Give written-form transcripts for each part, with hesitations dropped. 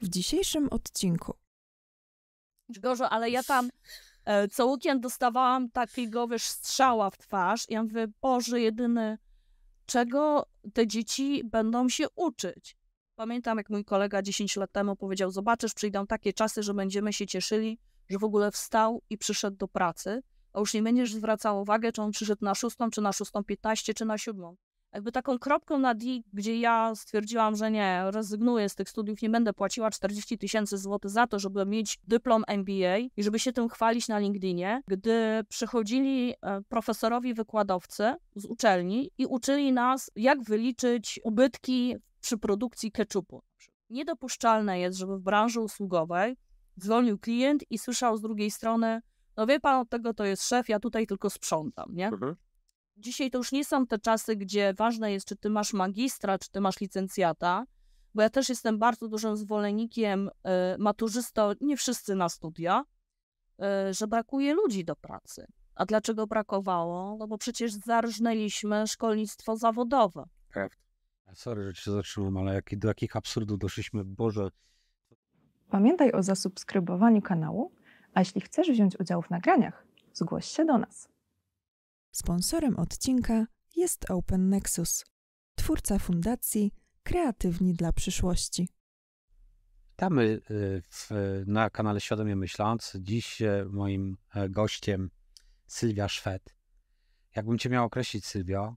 W dzisiejszym odcinku. Gorzej, ale ja tam co weekend dostawałam takiego, strzała w twarz. Ja mówię, Boże, jedyny, czego te dzieci będą się uczyć. Pamiętam, jak mój kolega 10 lat temu powiedział, zobaczysz, przyjdą takie czasy, że będziemy się cieszyli, że w ogóle wstał i przyszedł do pracy, a już nie będziesz zwracał uwagę, czy on przyszedł na 6, czy na 6:15, czy na 7. Jakby taką kropką na D, gdzie ja stwierdziłam, że nie, rezygnuję z tych studiów, nie będę płaciła 40 000 złotych za to, żeby mieć dyplom MBA i żeby się tym chwalić na LinkedInie, gdy przychodzili profesorowi wykładowcy z uczelni i uczyli nas, jak wyliczyć ubytki przy produkcji ketchupu. Niedopuszczalne jest, żeby w branży usługowej dzwonił klient i słyszał z drugiej strony, no wie pan, od tego to jest szef, ja tutaj tylko sprzątam, nie? Dzisiaj to już nie są te czasy, gdzie ważne jest, czy ty masz magistra, czy ty masz licencjata, bo ja też jestem bardzo dużym zwolennikiem maturzysto, nie wszyscy na studia, że brakuje ludzi do pracy. A dlaczego brakowało? No bo przecież zarżnęliśmy szkolnictwo zawodowe. Prawda. Sorry, że cię zatrzymam, ale do jakich absurdów doszliśmy, Boże. Pamiętaj o zasubskrybowaniu kanału, a jeśli chcesz wziąć udział w nagraniach, zgłoś się do nas. Sponsorem odcinka jest Open Nexus, twórca fundacji Kreatywni dla przyszłości. Witamy na kanale Świadomie Myśląc. Dziś moim gościem Sylwia Szwed. Jakbym cię miał określić, Sylwio,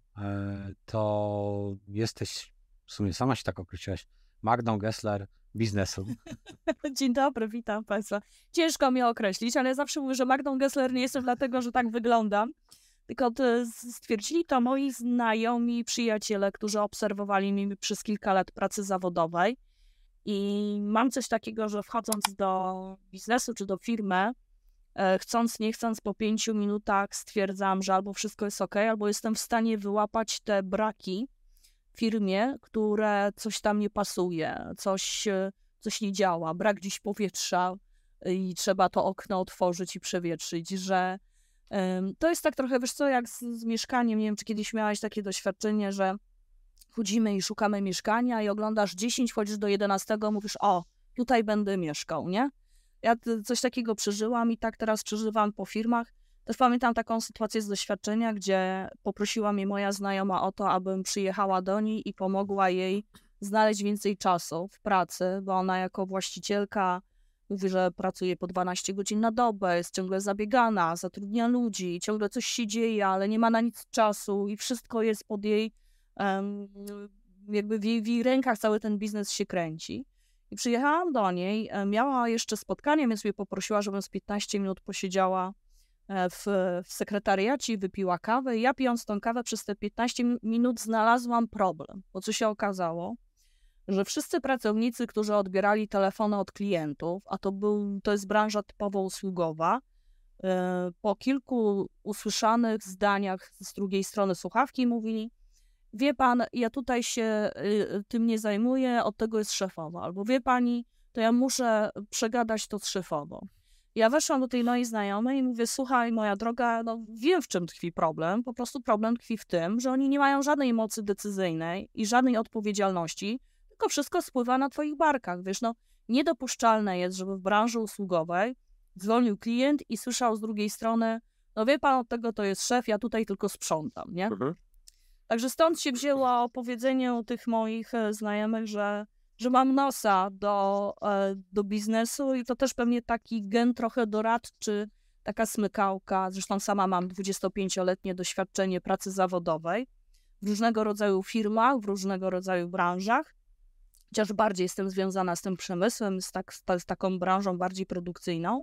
to jesteś, w sumie sama się tak określiłaś, Magdą Gessler biznesu. Dzień dobry, witam Państwa. Ciężko mnie określić, ale ja zawsze mówię, że Magdą Gessler nie jestem dlatego, że tak wyglądam. Tylko stwierdzili to moi znajomi, przyjaciele, którzy obserwowali mnie przez kilka lat pracy zawodowej. I mam coś takiego, że wchodząc do biznesu czy do firmy, chcąc, nie chcąc, po 5 minutach stwierdzam, że albo wszystko jest ok, albo jestem w stanie wyłapać te braki w firmie, które coś tam nie pasuje, coś nie działa, brak dziś powietrza i trzeba to okno otworzyć i przewietrzyć, że to jest tak trochę, wiesz co, jak z mieszkaniem, nie wiem, czy kiedyś miałaś takie doświadczenie, że chodzimy i szukamy mieszkania i oglądasz 10, wchodzisz do 11, mówisz, o, tutaj będę mieszkał, nie? Ja coś takiego przeżyłam i tak teraz przeżywam po firmach. Też pamiętam taką sytuację z doświadczenia, gdzie poprosiła mnie moja znajoma o to, abym przyjechała do niej i pomogła jej znaleźć więcej czasu w pracy, bo ona jako właścicielka mówi, że pracuje po 12 godzin na dobę, jest ciągle zabiegana, zatrudnia ludzi, ciągle coś się dzieje, ale nie ma na nic czasu i wszystko jest pod jej, jakby w jej rękach cały ten biznes się kręci. I przyjechałam do niej, miała jeszcze spotkanie, więc mnie poprosiła, żebym z 15 minut posiedziała w sekretariacie i wypiła kawę. I ja pijąc tą kawę przez te 15 minut znalazłam problem, bo co się okazało, że wszyscy pracownicy, którzy odbierali telefony od klientów, a to jest branża typowo usługowa, po kilku usłyszanych zdaniach z drugiej strony słuchawki mówili, wie pan, ja tutaj się tym nie zajmuję, od tego jest szefowa, albo wie pani, to ja muszę przegadać to z szefową. Ja weszłam do tej mojej znajomej i mówię, słuchaj moja droga, no wiem w czym tkwi problem, po prostu problem tkwi w tym, że oni nie mają żadnej mocy decyzyjnej i żadnej odpowiedzialności, tylko wszystko spływa na twoich barkach, wiesz, no niedopuszczalne jest, żeby w branży usługowej dzwonił klient i słyszał z drugiej strony, no wie pan, od tego to jest szef, ja tutaj tylko sprzątam, nie? Także stąd się wzięło powiedzenie tych moich znajomych, że mam nosa do biznesu i to też pewnie taki gen trochę doradczy, taka smykałka, zresztą sama mam 25-letnie doświadczenie pracy zawodowej w różnego rodzaju firmach, w różnego rodzaju branżach, chociaż bardziej jestem związana z tym przemysłem, z taką branżą bardziej produkcyjną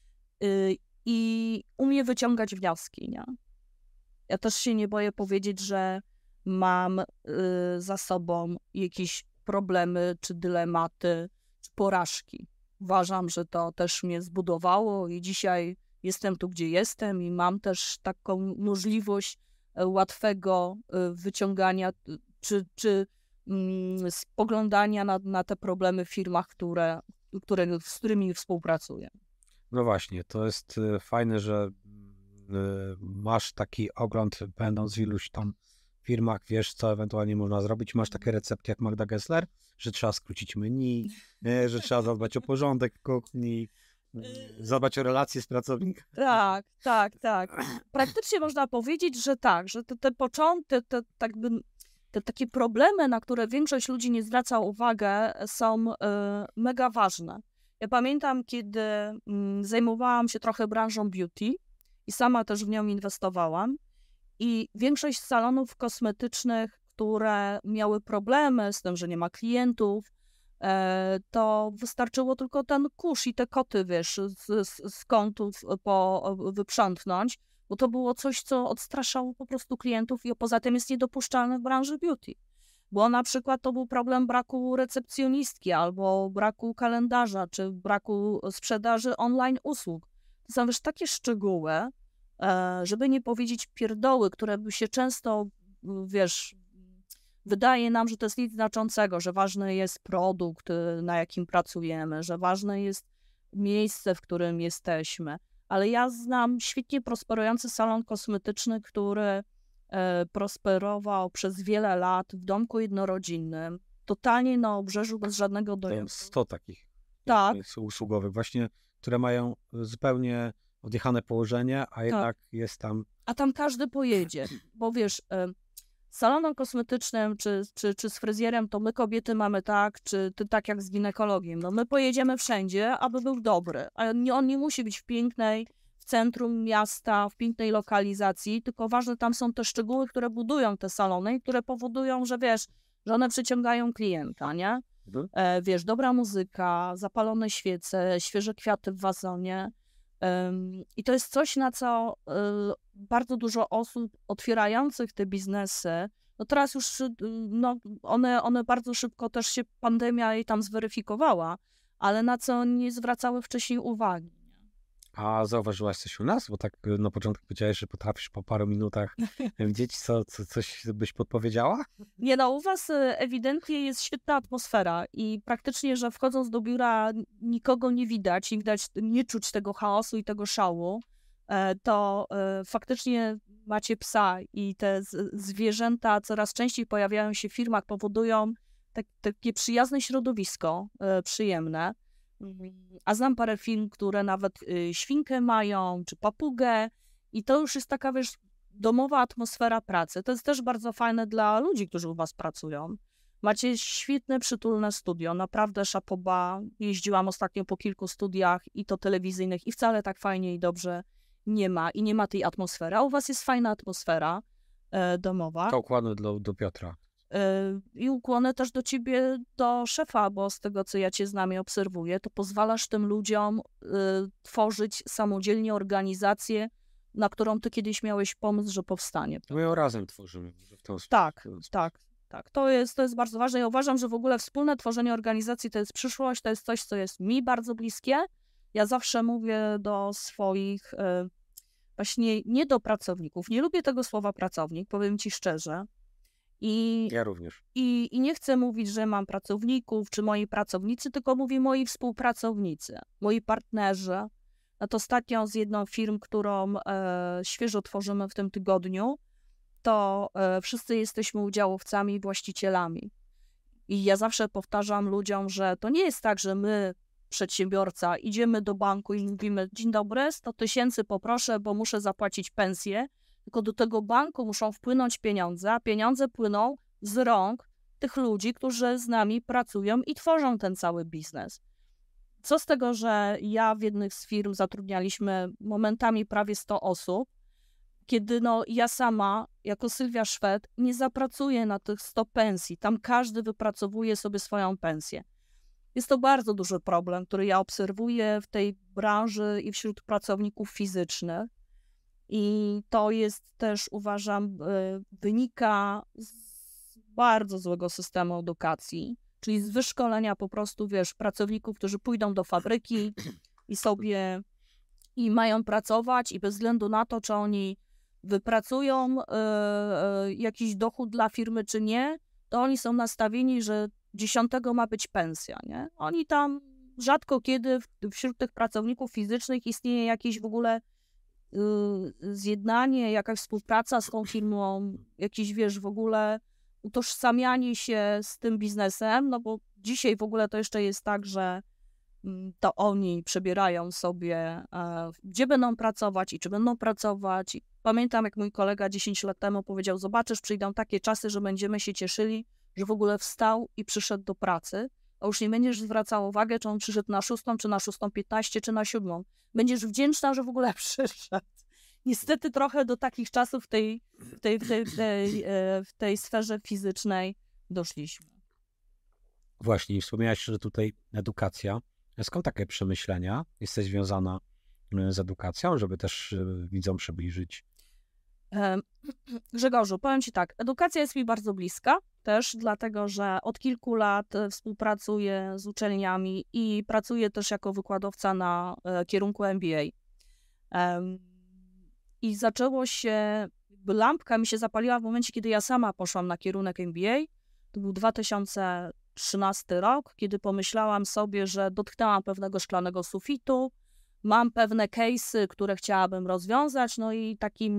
i umiem wyciągać wnioski, nie? Ja też się nie boję powiedzieć, że mam za sobą jakieś problemy, czy dylematy, czy porażki. Uważam, że to też mnie zbudowało i dzisiaj jestem tu, gdzie jestem i mam też taką możliwość łatwego wyciągania czy spoglądania na te problemy w firmach, z którymi współpracuję. No właśnie, to jest fajne, że masz taki ogląd, będąc w iluś tam firmach wiesz, co ewentualnie można zrobić. Masz takie recepty jak Magda Gessler, że trzeba skrócić menu, że trzeba zadbać o porządek w kuchni, zadbać o relacje z pracownikami. Tak. Praktycznie można powiedzieć, że tak, że te początki, te takie problemy, na które większość ludzi nie zwraca uwagi, są mega ważne. Ja pamiętam, kiedy zajmowałam się trochę branżą beauty i sama też w nią inwestowałam i większość salonów kosmetycznych, które miały problemy z tym, że nie ma klientów, to wystarczyło tylko ten kurz i te koty, wiesz, z kątów wyprzątnąć, bo to było coś, co odstraszało po prostu klientów i poza tym jest niedopuszczalne w branży beauty. Bo na przykład to był problem braku recepcjonistki albo braku kalendarza, czy braku sprzedaży online usług. To są wiesz, takie szczegóły, żeby nie powiedzieć pierdoły, które by się często, wiesz, wydaje nam, że to jest nic znaczącego, że ważny jest produkt, na jakim pracujemy, że ważne jest miejsce, w którym jesteśmy. Ale ja znam świetnie prosperujący salon kosmetyczny, który prosperował przez wiele lat w domku jednorodzinnym, totalnie na obrzeżu, bez żadnego dojazdu. 100 takich tak. usługowych właśnie, które mają zupełnie odjechane położenie, a jednak jest tam... A tam każdy pojedzie, bo wiesz, salonem kosmetycznym czy z fryzjerem to my kobiety mamy tak, czy ty tak jak z ginekologiem. No my pojedziemy wszędzie, aby był dobry, a on nie musi być w centrum miasta, w pięknej lokalizacji, tylko ważne tam są te szczegóły, które budują te salony i które powodują, że wiesz, że one przyciągają klienta, nie? Wiesz, dobra muzyka, zapalone świece, świeże kwiaty w wazonie. I to jest coś, na co bardzo dużo osób otwierających te biznesy, no teraz już one bardzo szybko też się pandemia jej tam zweryfikowała, ale na co nie zwracały wcześniej uwagi. A zauważyłaś coś u nas? Bo tak na początku powiedziałeś, że potrafisz po paru minutach widzieć, coś byś podpowiedziała? Nie no, u was ewidentnie jest świetna atmosfera i praktycznie, że wchodząc do biura nikogo nie widać i nie czuć tego chaosu i tego szału, to faktycznie macie psa i te zwierzęta coraz częściej pojawiają się w firmach, powodują takie przyjazne środowisko, przyjemne. A znam parę firm, które nawet świnkę mają, czy papugę i to już jest taka, wiesz, domowa atmosfera pracy. To jest też bardzo fajne dla ludzi, którzy u was pracują. Macie świetne, przytulne studio, naprawdę chapeau bas. Jeździłam ostatnio po kilku studiach i to telewizyjnych i wcale tak fajnie i dobrze nie ma i nie ma tej atmosfery. A u was jest fajna atmosfera domowa. To ukłony do Piotra. I ukłony też do ciebie, do szefa, bo z tego, co ja cię znam i obserwuję, to pozwalasz tym ludziom tworzyć samodzielnie organizację, na którą ty kiedyś miałeś pomysł, że powstanie. My ją razem tworzymy. Tak. To jest bardzo ważne. Ja uważam, że w ogóle wspólne tworzenie organizacji to jest przyszłość, to jest coś, co jest mi bardzo bliskie. Ja zawsze mówię do swoich, właśnie nie do pracowników, nie lubię tego słowa pracownik, powiem ci szczerze. Ja również. I nie chcę mówić, że mam pracowników, czy moi pracownicy, tylko mówię moi współpracownicy, moi partnerzy. To ostatnio z jedną firm, którą świeżo tworzymy w tym tygodniu, to wszyscy jesteśmy udziałowcami i właścicielami. I ja zawsze powtarzam ludziom, że to nie jest tak, że my, przedsiębiorca, idziemy do banku i mówimy: dzień dobry, 100 000 poproszę, bo muszę zapłacić pensję. Tylko do tego banku muszą wpłynąć pieniądze, a pieniądze płyną z rąk tych ludzi, którzy z nami pracują i tworzą ten cały biznes. Co z tego, że ja w jednych z firm zatrudnialiśmy momentami prawie 100 osób, kiedy ja sama, jako Sylwia Szwed, nie zapracuję na tych 100 pensji. Tam każdy wypracowuje sobie swoją pensję. Jest to bardzo duży problem, który ja obserwuję w tej branży i wśród pracowników fizycznych. I to jest też, uważam, wynika z bardzo złego systemu edukacji, czyli z wyszkolenia po prostu, wiesz, pracowników, którzy pójdą do fabryki i mają pracować i bez względu na to, czy oni wypracują jakiś dochód dla firmy, czy nie, to oni są nastawieni, że 10 ma być pensja, nie? Oni tam rzadko kiedy wśród tych pracowników fizycznych istnieje jakiś w ogóle zjednanie, jakaś współpraca z tą firmą, jakiś, wiesz, w ogóle utożsamianie się z tym biznesem, no bo dzisiaj w ogóle to jeszcze jest tak, że to oni przebierają sobie, gdzie będą pracować i czy będą pracować. Pamiętam, jak mój kolega 10 lat temu powiedział, zobaczysz, przyjdą takie czasy, że będziemy się cieszyli, że w ogóle wstał i przyszedł do pracy, a już nie będziesz zwracał uwagę, czy on przyszedł na 6, czy na 6:15, czy na 7. Będziesz wdzięczna, że w ogóle przyszedł. Niestety trochę do takich czasów w tej sferze fizycznej doszliśmy. Właśnie, wspomniałaś, że tutaj edukacja. Skąd takie przemyślenia? Jesteś związana z edukacją, żeby też widzom przybliżyć? Grzegorzu, powiem Ci tak, edukacja jest mi bardzo bliska też, dlatego że od kilku lat współpracuję z uczelniami i pracuję też jako wykładowca na kierunku MBA. I zaczęło się, lampka mi się zapaliła w momencie, kiedy ja sama poszłam na kierunek MBA. To był 2013 rok, kiedy pomyślałam sobie, że dotknęłam pewnego szklanego sufitu, mam pewne case'y, które chciałabym rozwiązać, no i takim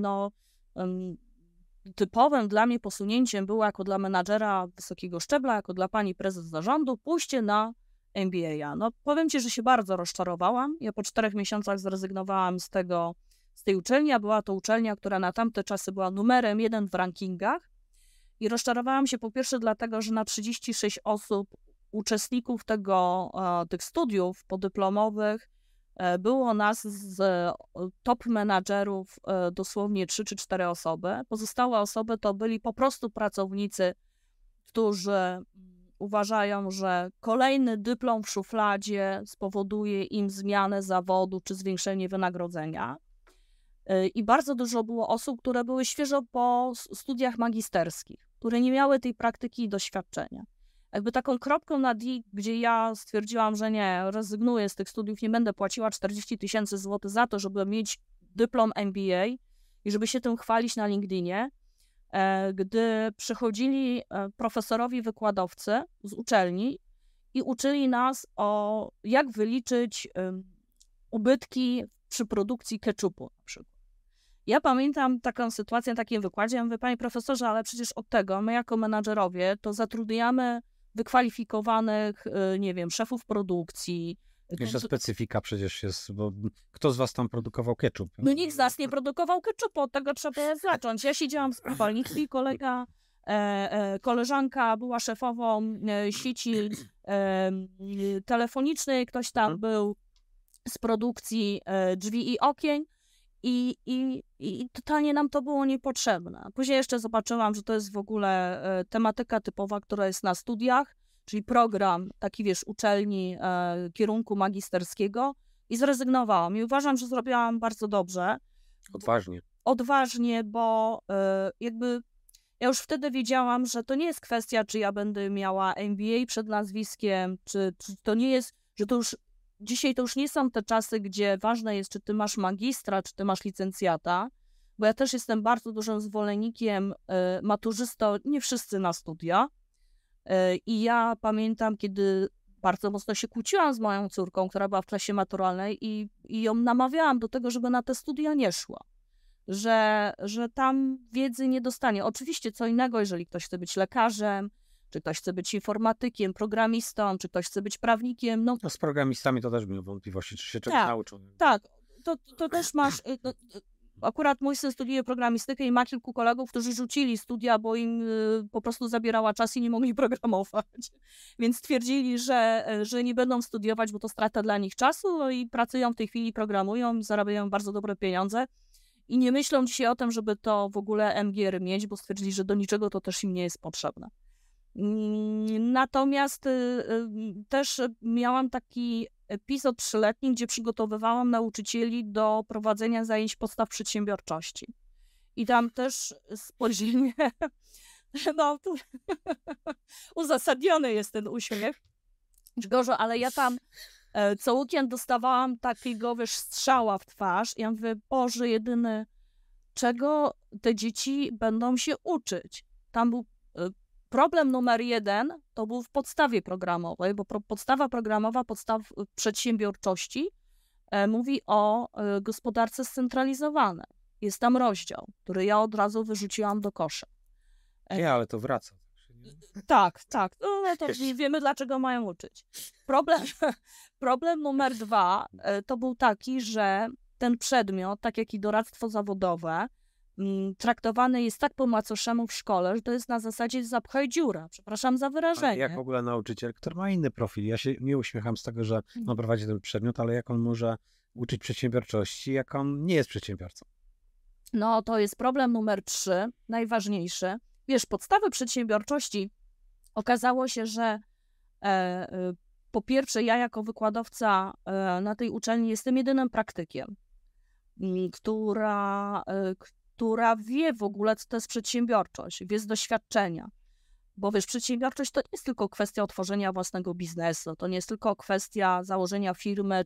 typowym dla mnie posunięciem było jako dla menadżera wysokiego szczebla, jako dla pani prezes zarządu, pójście na MBA. No powiem Ci, że się bardzo rozczarowałam. Ja po 4 miesiącach zrezygnowałam z tej uczelni, a była to uczelnia, która na tamte czasy była numerem 1 w rankingach. I rozczarowałam się po pierwsze dlatego, że na 36 osób, uczestników tych studiów podyplomowych, było nas z top menadżerów dosłownie 3 czy 4 osoby. Pozostałe osoby to byli po prostu pracownicy, którzy uważają, że kolejny dyplom w szufladzie spowoduje im zmianę zawodu czy zwiększenie wynagrodzenia. I bardzo dużo było osób, które były świeżo po studiach magisterskich, które nie miały tej praktyki i doświadczenia. Jakby taką kropką nad i, gdzie ja stwierdziłam, że nie, rezygnuję z tych studiów, nie będę płaciła 40 000 złotych za to, żeby mieć dyplom MBA i żeby się tym chwalić na LinkedInie, gdy przychodzili profesorowi wykładowcy z uczelni i uczyli nas jak wyliczyć ubytki przy produkcji ketchupu na przykład. Ja pamiętam taką sytuację na takim wykładzie, ja mówię, panie profesorze, ale przecież od tego my jako menadżerowie to zatrudniamy wykwalifikowanych, nie wiem, szefów produkcji. Jeszcze specyfika przecież jest, bo kto z was tam produkował ketchup? No nikt z nas nie produkował ketchupu, od tego trzeba zacząć. Ja siedziałam w spawalnictwie, koleżanka była szefową sieci telefonicznej, ktoś tam był z produkcji drzwi i okien. I totalnie nam to było niepotrzebne. Później jeszcze zobaczyłam, że to jest w ogóle tematyka typowa, która jest na studiach, czyli program taki, wiesz, uczelni kierunku magisterskiego i zrezygnowałam. I uważam, że zrobiłam bardzo dobrze. Odważnie, bo jakby ja już wtedy wiedziałam, że to nie jest kwestia, czy ja będę miała MBA przed nazwiskiem, czy to nie jest, że to już dzisiaj to już nie są te czasy, gdzie ważne jest, czy ty masz magistra, czy ty masz licencjata, bo ja też jestem bardzo dużym zwolennikiem maturzysto, nie wszyscy na studia. I ja pamiętam, kiedy bardzo mocno się kłóciłam z moją córką, która była w klasie maturalnej i ją namawiałam do tego, żeby na te studia nie szła. Że tam wiedzy nie dostanie. Oczywiście co innego, jeżeli ktoś chce być lekarzem, czy ktoś chce być informatykiem, programistą, czy ktoś chce być prawnikiem. No z programistami to też miałem wątpliwości, czy się czegoś nauczą. Tak, to też masz... Akurat mój syn studiuje programistykę i ma kilku kolegów, którzy rzucili studia, bo im po prostu zabierała czas i nie mogli programować. Więc stwierdzili, że nie będą studiować, bo to strata dla nich czasu i pracują w tej chwili, programują, zarabiają bardzo dobre pieniądze i nie myślą dzisiaj o tym, żeby to w ogóle MGR mieć, bo stwierdzili, że do niczego to też im nie jest potrzebne. Natomiast też miałam taki epizod 3-letni, gdzie przygotowywałam nauczycieli do prowadzenia zajęć podstaw przedsiębiorczości. I tam też spojrzenie, no tu uzasadniony jest ten uśmiech, Grzegorzu, ale ja tam co weekend dostawałam takiego, wiesz, strzała w twarz. Ja mówię, Boże, jedyny, czego te dzieci będą się uczyć? Tam był problem numer 1, to był w podstawie programowej, bo podstawa programowa, podstaw przedsiębiorczości mówi o gospodarce scentralizowanej. Jest tam rozdział, który ja od razu wyrzuciłam do kosza. Nie, ale to wraca. Tak. No to wiemy, dlaczego mają uczyć. Problem numer 2 to był taki, że ten przedmiot, tak jak i doradztwo zawodowe, traktowany jest tak po macoszemu w szkole, że to jest na zasadzie zapchaj dziura. Przepraszam za wyrażenie. Ale jak w ogóle nauczyciel, który ma inny profil? Ja się nie uśmiecham z tego, że on prowadzi ten przedmiot, ale jak on może uczyć przedsiębiorczości, jak on nie jest przedsiębiorcą? No to jest problem numer 3, najważniejszy. Wiesz, podstawy przedsiębiorczości okazało się, że po pierwsze ja jako wykładowca na tej uczelni jestem jedynym praktykiem, która wie w ogóle, co to jest przedsiębiorczość, wie z doświadczenia. Bo wiesz, przedsiębiorczość to nie jest tylko kwestia otworzenia własnego biznesu, to nie jest tylko kwestia założenia firmy,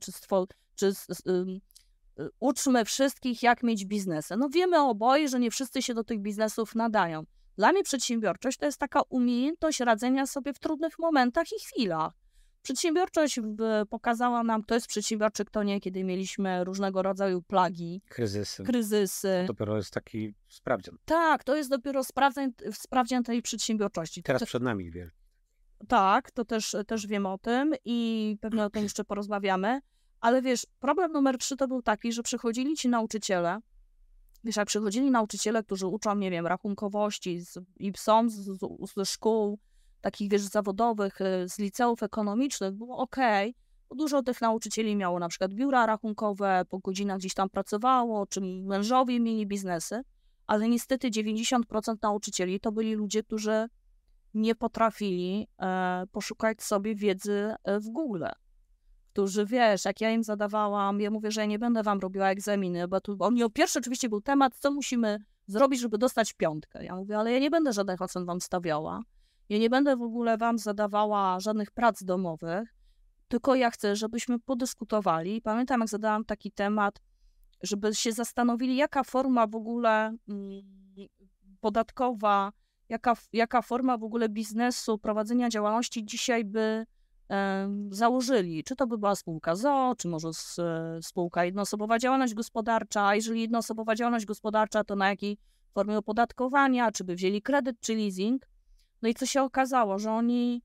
uczmy wszystkich, jak mieć biznesy. No wiemy oboje, że nie wszyscy się do tych biznesów nadają. Dla mnie przedsiębiorczość to jest taka umiejętność radzenia sobie w trudnych momentach i chwilach. Przedsiębiorczość pokazała nam, kto jest przedsiębiorczy, kto nie, kiedy mieliśmy różnego rodzaju plagi, kryzysy. To dopiero jest taki sprawdzian. Tak, to jest dopiero sprawdzian tej przedsiębiorczości. Teraz przed nami wiele. Tak, to też wiem o tym i pewnie o tym jeszcze porozmawiamy. Ale wiesz, problem numer 3 to był taki, że przychodzili ci nauczyciele, wiesz, jak przychodzili nauczyciele, którzy uczą, nie wiem, rachunkowości i są ze szkół takich, wiesz, zawodowych, z liceów ekonomicznych, było okej. Dużo tych nauczycieli miało na przykład biura rachunkowe, po godzinach gdzieś tam pracowało, czy mężowie mieli biznesy, ale niestety 90% nauczycieli to byli ludzie, którzy nie potrafili poszukać sobie wiedzy w Google. Którzy, wiesz, jak ja im zadawałam, ja mówię, że ja nie będę wam robiła egzaminy, bo tu pierwszy oczywiście był temat, co musimy zrobić, żeby dostać 5. Ja mówię, ale ja nie będę żadnych ocen wam stawiała, ja nie będę w ogóle wam zadawała żadnych prac domowych, tylko ja chcę, żebyśmy podyskutowali. Pamiętam, jak zadałam taki temat, żeby się zastanowili, jaka forma w ogóle podatkowa, jaka forma w ogóle biznesu, prowadzenia działalności dzisiaj by założyli. Czy to by była spółka z o.o., czy może spółka jednoosobowa działalność gospodarcza, a jeżeli jednoosobowa działalność gospodarcza, to na jakiej formie opodatkowania, czy by wzięli kredyt, czy leasing. No i co się okazało, że oni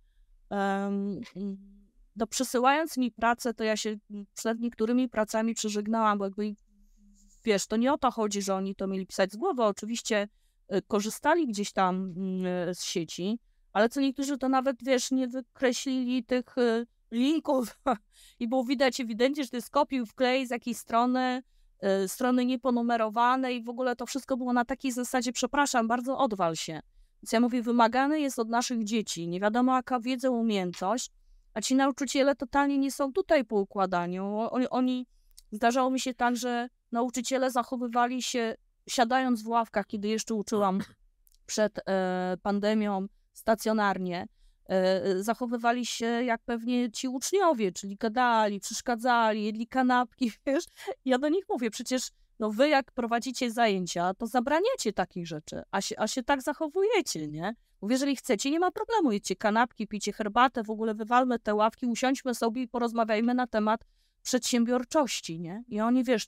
przesyłając mi pracę, to ja się przed niektórymi pracami przeżegnałam, bo jakby, wiesz, to nie o to chodzi, że oni to mieli pisać z głowy. Oczywiście korzystali gdzieś tam z sieci, ale co niektórzy to nawet, wiesz, nie wykreślili tych linków i było widać ewidentnie, że to jest kopiuj wklej z jakiejś strony nieponumerowanej i w ogóle to wszystko było na takiej zasadzie, przepraszam, bardzo odwal się. Więc ja mówię, wymagane jest od naszych dzieci, nie wiadomo jaka wiedza, umiejętność, a ci nauczyciele totalnie nie są tutaj po układaniu. Zdarzało mi się tak, że nauczyciele zachowywali się, siadając w ławkach, kiedy jeszcze uczyłam przed pandemią stacjonarnie, zachowywali się jak pewnie ci uczniowie, czyli gadali, przeszkadzali, jedli kanapki, wiesz. Ja do nich mówię, przecież no wy jak prowadzicie zajęcia, to zabraniacie takich rzeczy, a się tak zachowujecie, nie? Mówię, jeżeli chcecie, nie ma problemu, jedźcie kanapki, pijcie herbatę, w ogóle wywalmy te ławki, usiądźmy sobie i porozmawiajmy na temat przedsiębiorczości, nie? I oni, wiesz,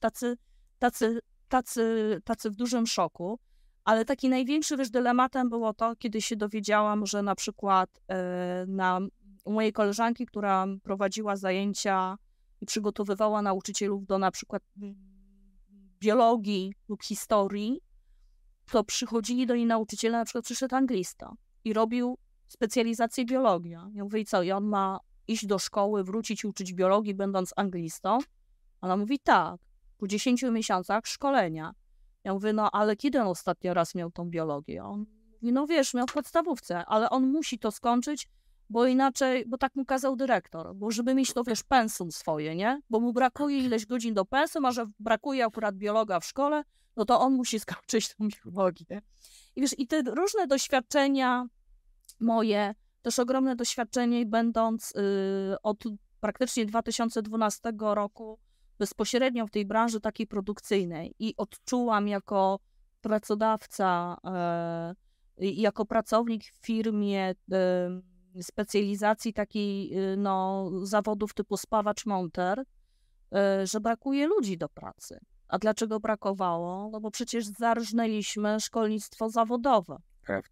tacy w dużym szoku. Ale taki największy, wiesz, dylematem było to, kiedy się dowiedziałam, że na przykład u mojej koleżanki, która prowadziła zajęcia i przygotowywała nauczycielów do na przykład biologii lub historii, to przychodzili do niej nauczyciele, na przykład przyszedł anglista i robił specjalizację biologia. Ja mówię, i co? I on ma iść do szkoły, wrócić i uczyć biologii, będąc anglistą? Ona mówi, tak, po 10 miesiącach szkolenia. Ja mówię, no ale kiedy on ostatni raz miał tą biologię? On mówi, no wiesz, miał w podstawówce, ale on musi to skończyć, bo inaczej, bo tak mu kazał dyrektor, bo żeby mieć to, wiesz, pensum swoje, nie? Bo mu brakuje ileś godzin do pensum, a że brakuje akurat biologa w szkole, no to on musi skończyć tą biologię. I wiesz, i te różne doświadczenia moje, też ogromne doświadczenie, będąc od praktycznie 2012 roku bezpośrednio w tej branży takiej produkcyjnej i odczułam jako pracodawca, jako pracownik w firmie specjalizacji takiej, no, zawodów typu spawacz monter, że brakuje ludzi do pracy. A dlaczego brakowało? No bo przecież zarżnęliśmy szkolnictwo zawodowe. Prawda.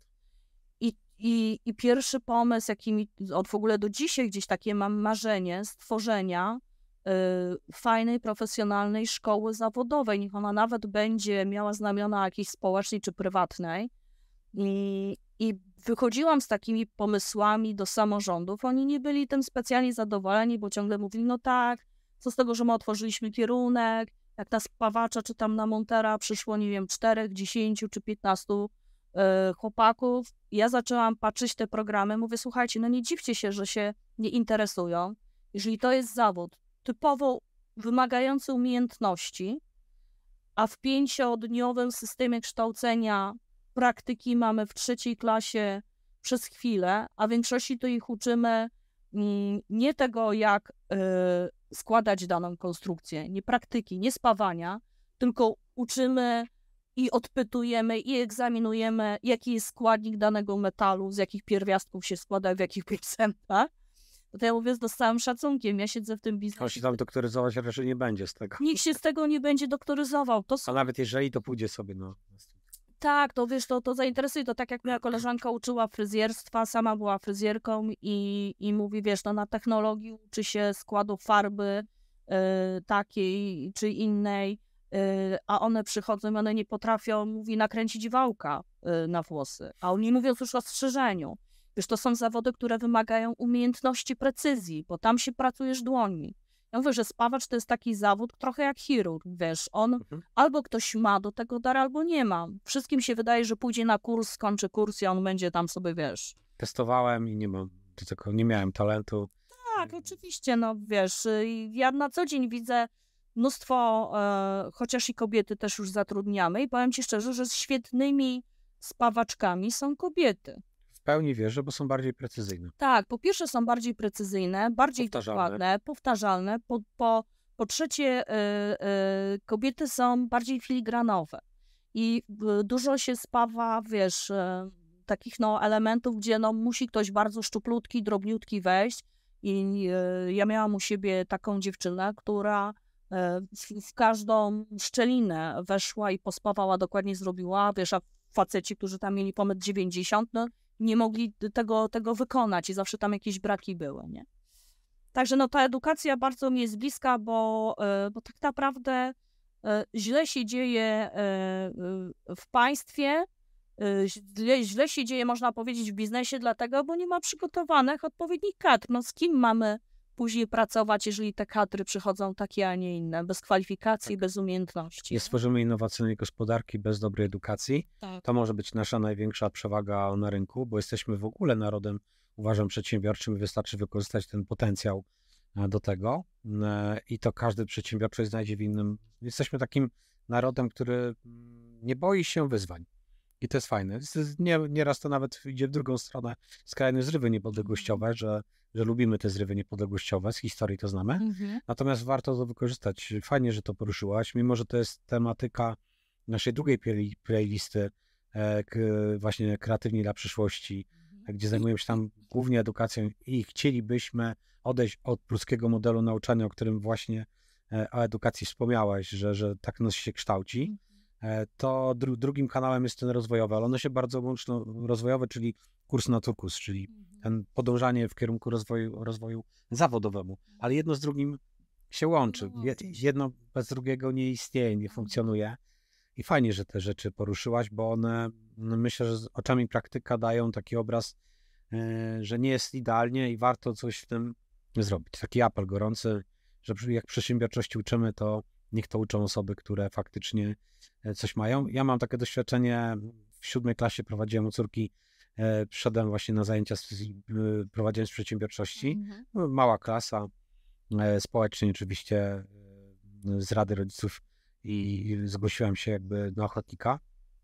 I pierwszy pomysł, jaki w ogóle do dzisiaj gdzieś takie mam marzenie stworzenia fajnej, profesjonalnej szkoły zawodowej. Niech ona nawet będzie miała znamiona jakiejś społecznej czy prywatnej. I wychodziłam z takimi pomysłami do samorządów. Oni nie byli tym specjalnie zadowoleni, bo ciągle mówili, no tak, co z tego, że my otworzyliśmy kierunek, jak na spawacza czy tam na montera przyszło, nie wiem, 4, 10 czy 15 chłopaków. Ja zaczęłam patrzeć te programy, mówię, słuchajcie, no nie dziwcie się, że się nie interesują. Jeżeli to jest zawód typowo wymagający umiejętności, a w 5-dniowym systemie kształcenia praktyki mamy w 3. klasie przez chwilę, a w większości to ich uczymy nie tego, jak składać daną konstrukcję, nie praktyki, nie spawania, tylko uczymy i odpytujemy i egzaminujemy, jaki jest składnik danego metalu, z jakich pierwiastków się składa, w jakich procentach. To ja mówię z całym szacunkiem, ja siedzę w tym biznesie. On się tam doktoryzować raczej nie będzie z tego. Nikt się z tego nie będzie doktoryzował. A nawet jeżeli, to pójdzie sobie, no. Tak, to wiesz, to zainteresuje. To tak jak moja koleżanka uczyła fryzjerstwa, sama była fryzjerką i mówi, wiesz, no na technologii uczy się składu farby takiej czy innej, a one przychodzą i one nie potrafią, mówi, nakręcić wałka na włosy. A oni mówiąc już o strzyżeniu. Wiesz, to są zawody, które wymagają umiejętności precyzji, bo tam się pracujesz dłońmi. Ja mówię, że spawacz to jest taki zawód trochę jak chirurg, wiesz, on albo ktoś ma do tego dar, albo nie ma. Wszystkim się wydaje, że pójdzie na kurs, skończy kurs i on będzie tam sobie, wiesz. Testowałem i nie miałem talentu. Tak, oczywiście, no wiesz, ja na co dzień widzę mnóstwo, chociaż i kobiety też już zatrudniamy i powiem ci szczerze, że z świetnymi spawaczkami są kobiety. W pełni wierzę, bo są bardziej precyzyjne. Tak, po pierwsze są bardziej precyzyjne, bardziej dokładne, powtarzalne. Po trzecie kobiety są bardziej filigranowe i dużo się spawa, wiesz, takich no elementów, gdzie no musi ktoś bardzo szczuplutki, drobniutki wejść i ja miałam u siebie taką dziewczynę, która w każdą szczelinę weszła i pospawała, dokładnie zrobiła, wiesz, a faceci, którzy tam mieli po 1,90 m, no nie mogli tego wykonać i zawsze tam jakieś braki były, nie? Także no ta edukacja bardzo mi jest bliska, bo tak naprawdę źle się dzieje w państwie, źle się dzieje, można powiedzieć, w biznesie, dlatego, bo nie ma przygotowanych odpowiednich kadr. No z kim mamy później pracować, jeżeli te kadry przychodzą takie, a nie inne, bez kwalifikacji, bez umiejętności. Nie stworzymy innowacyjnej gospodarki bez dobrej edukacji. Tak. To może być nasza największa przewaga na rynku, bo jesteśmy w ogóle narodem, uważam, przedsiębiorczym i wystarczy wykorzystać ten potencjał do tego i to każdy przedsiębiorczy znajdzie w innym. Jesteśmy takim narodem, który nie boi się wyzwań. I to jest fajne. Nieraz to nawet idzie w drugą stronę. Skrajne zrywy niepodległościowe, że lubimy te zrywy niepodległościowe, z historii to znamy. Natomiast warto to wykorzystać. Fajnie, że to poruszyłaś, mimo że to jest tematyka naszej drugiej playlisty, właśnie Kreatywni dla przyszłości, gdzie zajmujemy się tam głównie edukacją i chcielibyśmy odejść od pruskiego modelu nauczania, o którym właśnie o edukacji wspomniałaś, że tak nas się kształci. To drugim kanałem jest ten rozwojowy, ale one się bardzo łączą, rozwojowy, czyli kurs na turkus, czyli ten podążanie w kierunku rozwoju zawodowemu, ale jedno z drugim się łączy. Jedno bez drugiego nie istnieje, nie funkcjonuje i fajnie, że te rzeczy poruszyłaś, bo one, myślę, że z oczami praktyka dają taki obraz, że nie jest idealnie i warto coś w tym zrobić. Taki apel gorący, że jak przedsiębiorczości uczymy, to niech to uczą osoby, które faktycznie coś mają. Ja mam takie doświadczenie, w 7. klasie prowadziłem u córki, przyszedłem właśnie na zajęcia prowadząc przedsiębiorczości. Mała klasa, społecznie oczywiście z Rady Rodziców i zgłosiłem się jakby na ochotnika.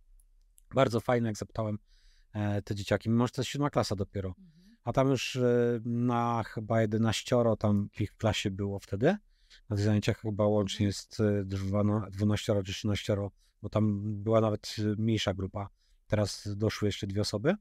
Bardzo fajne, jak zapytałem te dzieciaki, mimo że to jest 7. klasa dopiero. A tam już na chyba 11 tam ich w klasie było wtedy. Na tych zajęciach chyba łącznie jest 12 czy 13, bo tam była nawet mniejsza grupa. Teraz doszły jeszcze 2 osoby.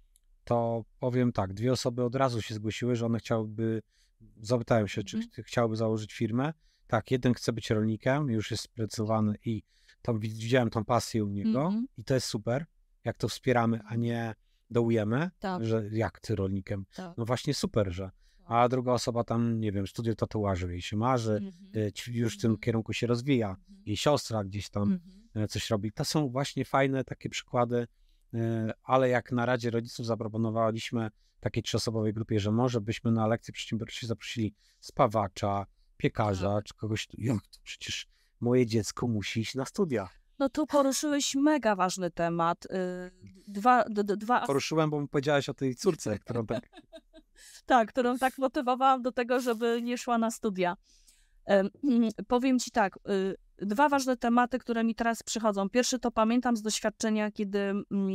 To powiem tak, 2 osoby od razu się zgłosiły, że one chciałyby, zapytałem się, czy chciałyby założyć firmę. Tak, jeden chce być rolnikiem, już jest sprecyzowany i widziałem tą pasję u niego i to jest super, jak to wspieramy, a nie dołujemy, że jak ty rolnikiem. No właśnie super, że. A druga osoba tam, nie wiem, studiuje tatuaży, jej się marzy, już w tym kierunku się rozwija, jej siostra gdzieś tam coś robi. To są właśnie fajne takie przykłady, ale jak na Radzie Rodziców zaproponowaliśmy takiej 3-osobowej grupie, że może byśmy na lekcję przedsiębiorczości zaprosili spawacza, piekarza, czy kogoś, jak to przecież moje dziecko musi iść na studia. No tu poruszyłeś mega ważny temat. Poruszyłem, bo powiedziałaś o tej córce, którą tak... Tak, którą tak motywowałam do tego, żeby nie szła na studia. Powiem ci tak, 2 ważne tematy, które mi teraz przychodzą. Pierwszy to pamiętam z doświadczenia, kiedy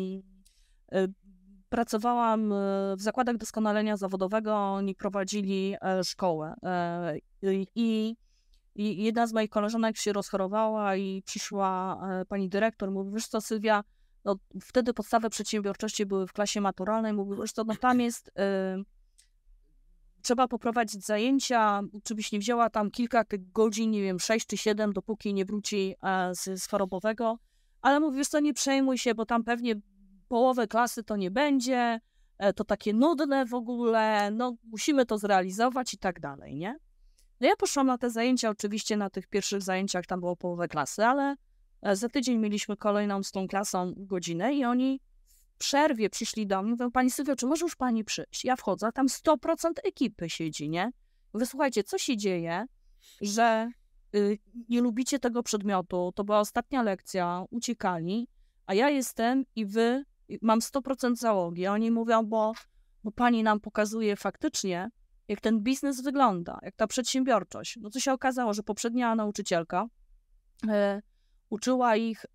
pracowałam w zakładach doskonalenia zawodowego, oni prowadzili szkołę i jedna z moich koleżanek się rozchorowała i przyszła pani dyrektor, mówi, wiesz co Sylwia, no wtedy podstawy przedsiębiorczości były w klasie maturalnej, mówi, wiesz co, no tam jest, trzeba poprowadzić zajęcia, czy byś nie wzięła tam kilka godzin, nie wiem, 6 czy 7, dopóki nie wróci z chorobowego, ale mówi, wiesz co, nie przejmuj się, bo tam pewnie połowę klasy to nie będzie, to takie nudne w ogóle, no musimy to zrealizować i tak dalej, nie? No ja poszłam na te zajęcia, oczywiście na tych pierwszych zajęciach tam było połowę klasy, ale za tydzień mieliśmy kolejną z tą klasą godzinę i oni w przerwie przyszli do mnie, mówią, pani Sylwio, czy może już pani przyjść? Ja wchodzę, a tam 100% ekipy siedzi, nie? Mówię, słuchajcie, co się dzieje, że nie lubicie tego przedmiotu, to była ostatnia lekcja, uciekali, a ja jestem i wy, mam 100% załogi. A oni mówią, bo pani nam pokazuje faktycznie, jak ten biznes wygląda, jak ta przedsiębiorczość. No to się okazało, że poprzednia nauczycielka uczyła ich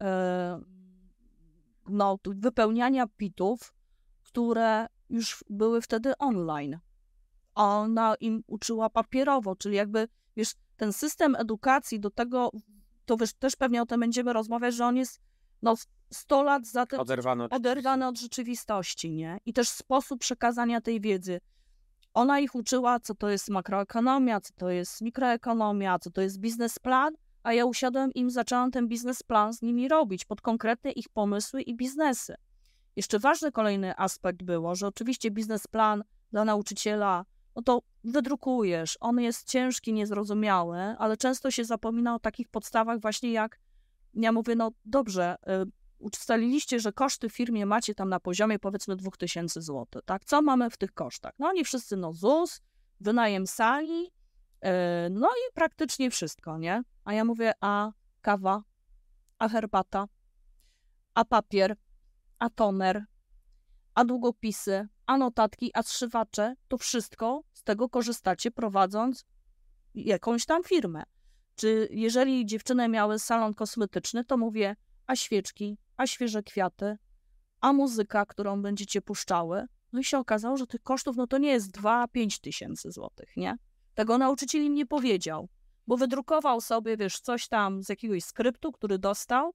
wypełniania pitów, które już były wtedy online. Ona im uczyła papierowo, czyli jakby, wiesz, ten system edukacji do tego, to wiesz, też pewnie o tym będziemy rozmawiać, że on jest 100 lat za tym oderwany od rzeczywistości, nie? I też sposób przekazania tej wiedzy. Ona ich uczyła, co to jest makroekonomia, co to jest mikroekonomia, co to jest biznesplan, a ja usiadłem i zaczęłam ten biznesplan z nimi robić pod konkretne ich pomysły i biznesy. Jeszcze ważny kolejny aspekt było, że oczywiście biznesplan dla nauczyciela, no to wydrukujesz, on jest ciężki, niezrozumiały, ale często się zapomina o takich podstawach właśnie jak, ja mówię, no dobrze, ustaliliście, że koszty w firmie macie tam na poziomie powiedzmy 2000 zł, tak? Co mamy w tych kosztach? No oni wszyscy, no ZUS, wynajem sali, no i praktycznie wszystko, nie? A ja mówię, a kawa, a herbata, a papier, a toner, a długopisy, a notatki, a zszywacze, to wszystko z tego korzystacie prowadząc jakąś tam firmę. Czy jeżeli dziewczyny miały salon kosmetyczny, to mówię, a świeczki, a świeże kwiaty, a muzyka, którą będziecie puszczały. No i się okazało, że tych kosztów, no to nie jest 2-5 tysięcy złotych, nie? Tego nauczyciel im nie powiedział, bo wydrukował sobie, wiesz, coś tam z jakiegoś skryptu, który dostał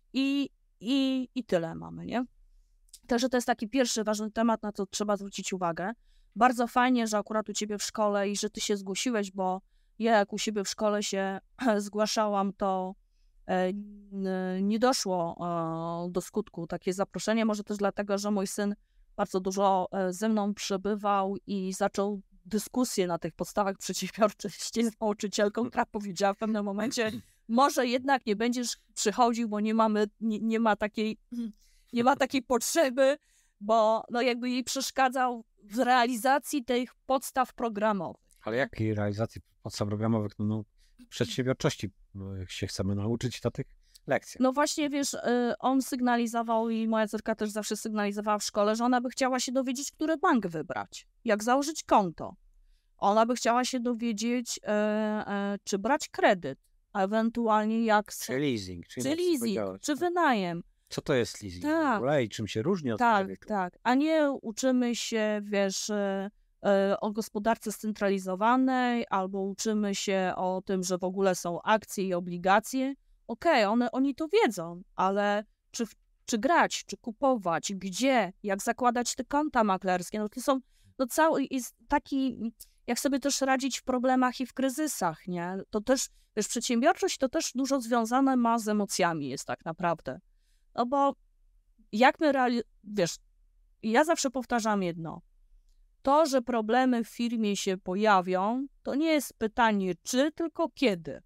i tyle mamy, nie? Także to jest taki pierwszy ważny temat, na co trzeba zwrócić uwagę. Bardzo fajnie, że akurat u ciebie w szkole i że ty się zgłosiłeś, bo ja jak u siebie w szkole się zgłaszałam, to nie doszło do skutku takie zaproszenie. Może też dlatego, że mój syn bardzo dużo ze mną przebywał i zaczął dyskusję na tych podstawach przedsiębiorczości z nauczycielką, która powiedziała w pewnym momencie, może jednak nie będziesz przychodził, bo nie ma takiej potrzeby, bo no jakby jej przeszkadzał w realizacji tych podstaw programowych. Ale jakiej realizacji podstaw programowych? No, przedsiębiorczości się chcemy nauczyć na tych lekcjach. No właśnie, wiesz, on sygnalizował i moja córka też zawsze sygnalizowała w szkole, że ona by chciała się dowiedzieć, który bank wybrać, jak założyć konto. Ona by chciała się dowiedzieć, czy brać kredyt, a ewentualnie jak... Czy leasing. Czy wynajem. Co to jest leasing? Tak. W ogóle i czym się różni od kredytu? Tak. A nie uczymy się, wiesz, o gospodarce scentralizowanej, albo uczymy się o tym, że w ogóle są akcje i obligacje. Okej, oni to wiedzą, ale czy grać, czy kupować, gdzie, jak zakładać te konta maklerskie, no to są, no cały jest taki, jak sobie też radzić w problemach i w kryzysach, nie? To też, wiesz, przedsiębiorczość to też dużo związane ma z emocjami jest tak naprawdę. No bo jak my wiesz, ja zawsze powtarzam jedno. To, że problemy w firmie się pojawią, to nie jest pytanie czy, tylko kiedy.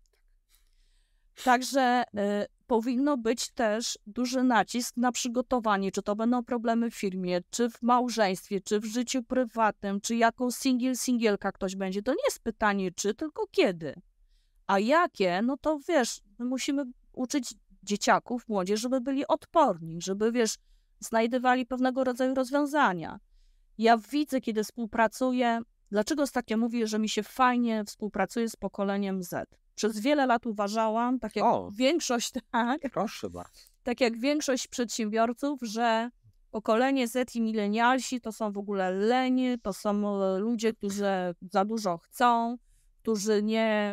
Także powinno być też duży nacisk na przygotowanie, czy to będą problemy w firmie, czy w małżeństwie, czy w życiu prywatnym, czy jako singielka ktoś będzie. To nie jest pytanie czy, tylko kiedy. A jakie, no to wiesz, my musimy uczyć dzieciaków, młodzież, żeby byli odporni, żeby, wiesz, znajdowali pewnego rodzaju rozwiązania. Ja widzę, kiedy współpracuję, dlaczego ostatnio mówię, że mi się fajnie współpracuje z pokoleniem Z. Przez wiele lat uważałam, tak jak większość, Proszę bardzo. Tak jak większość przedsiębiorców, że pokolenie Z i milenialsi to są w ogóle lenie, to są ludzie, którzy za dużo chcą, którzy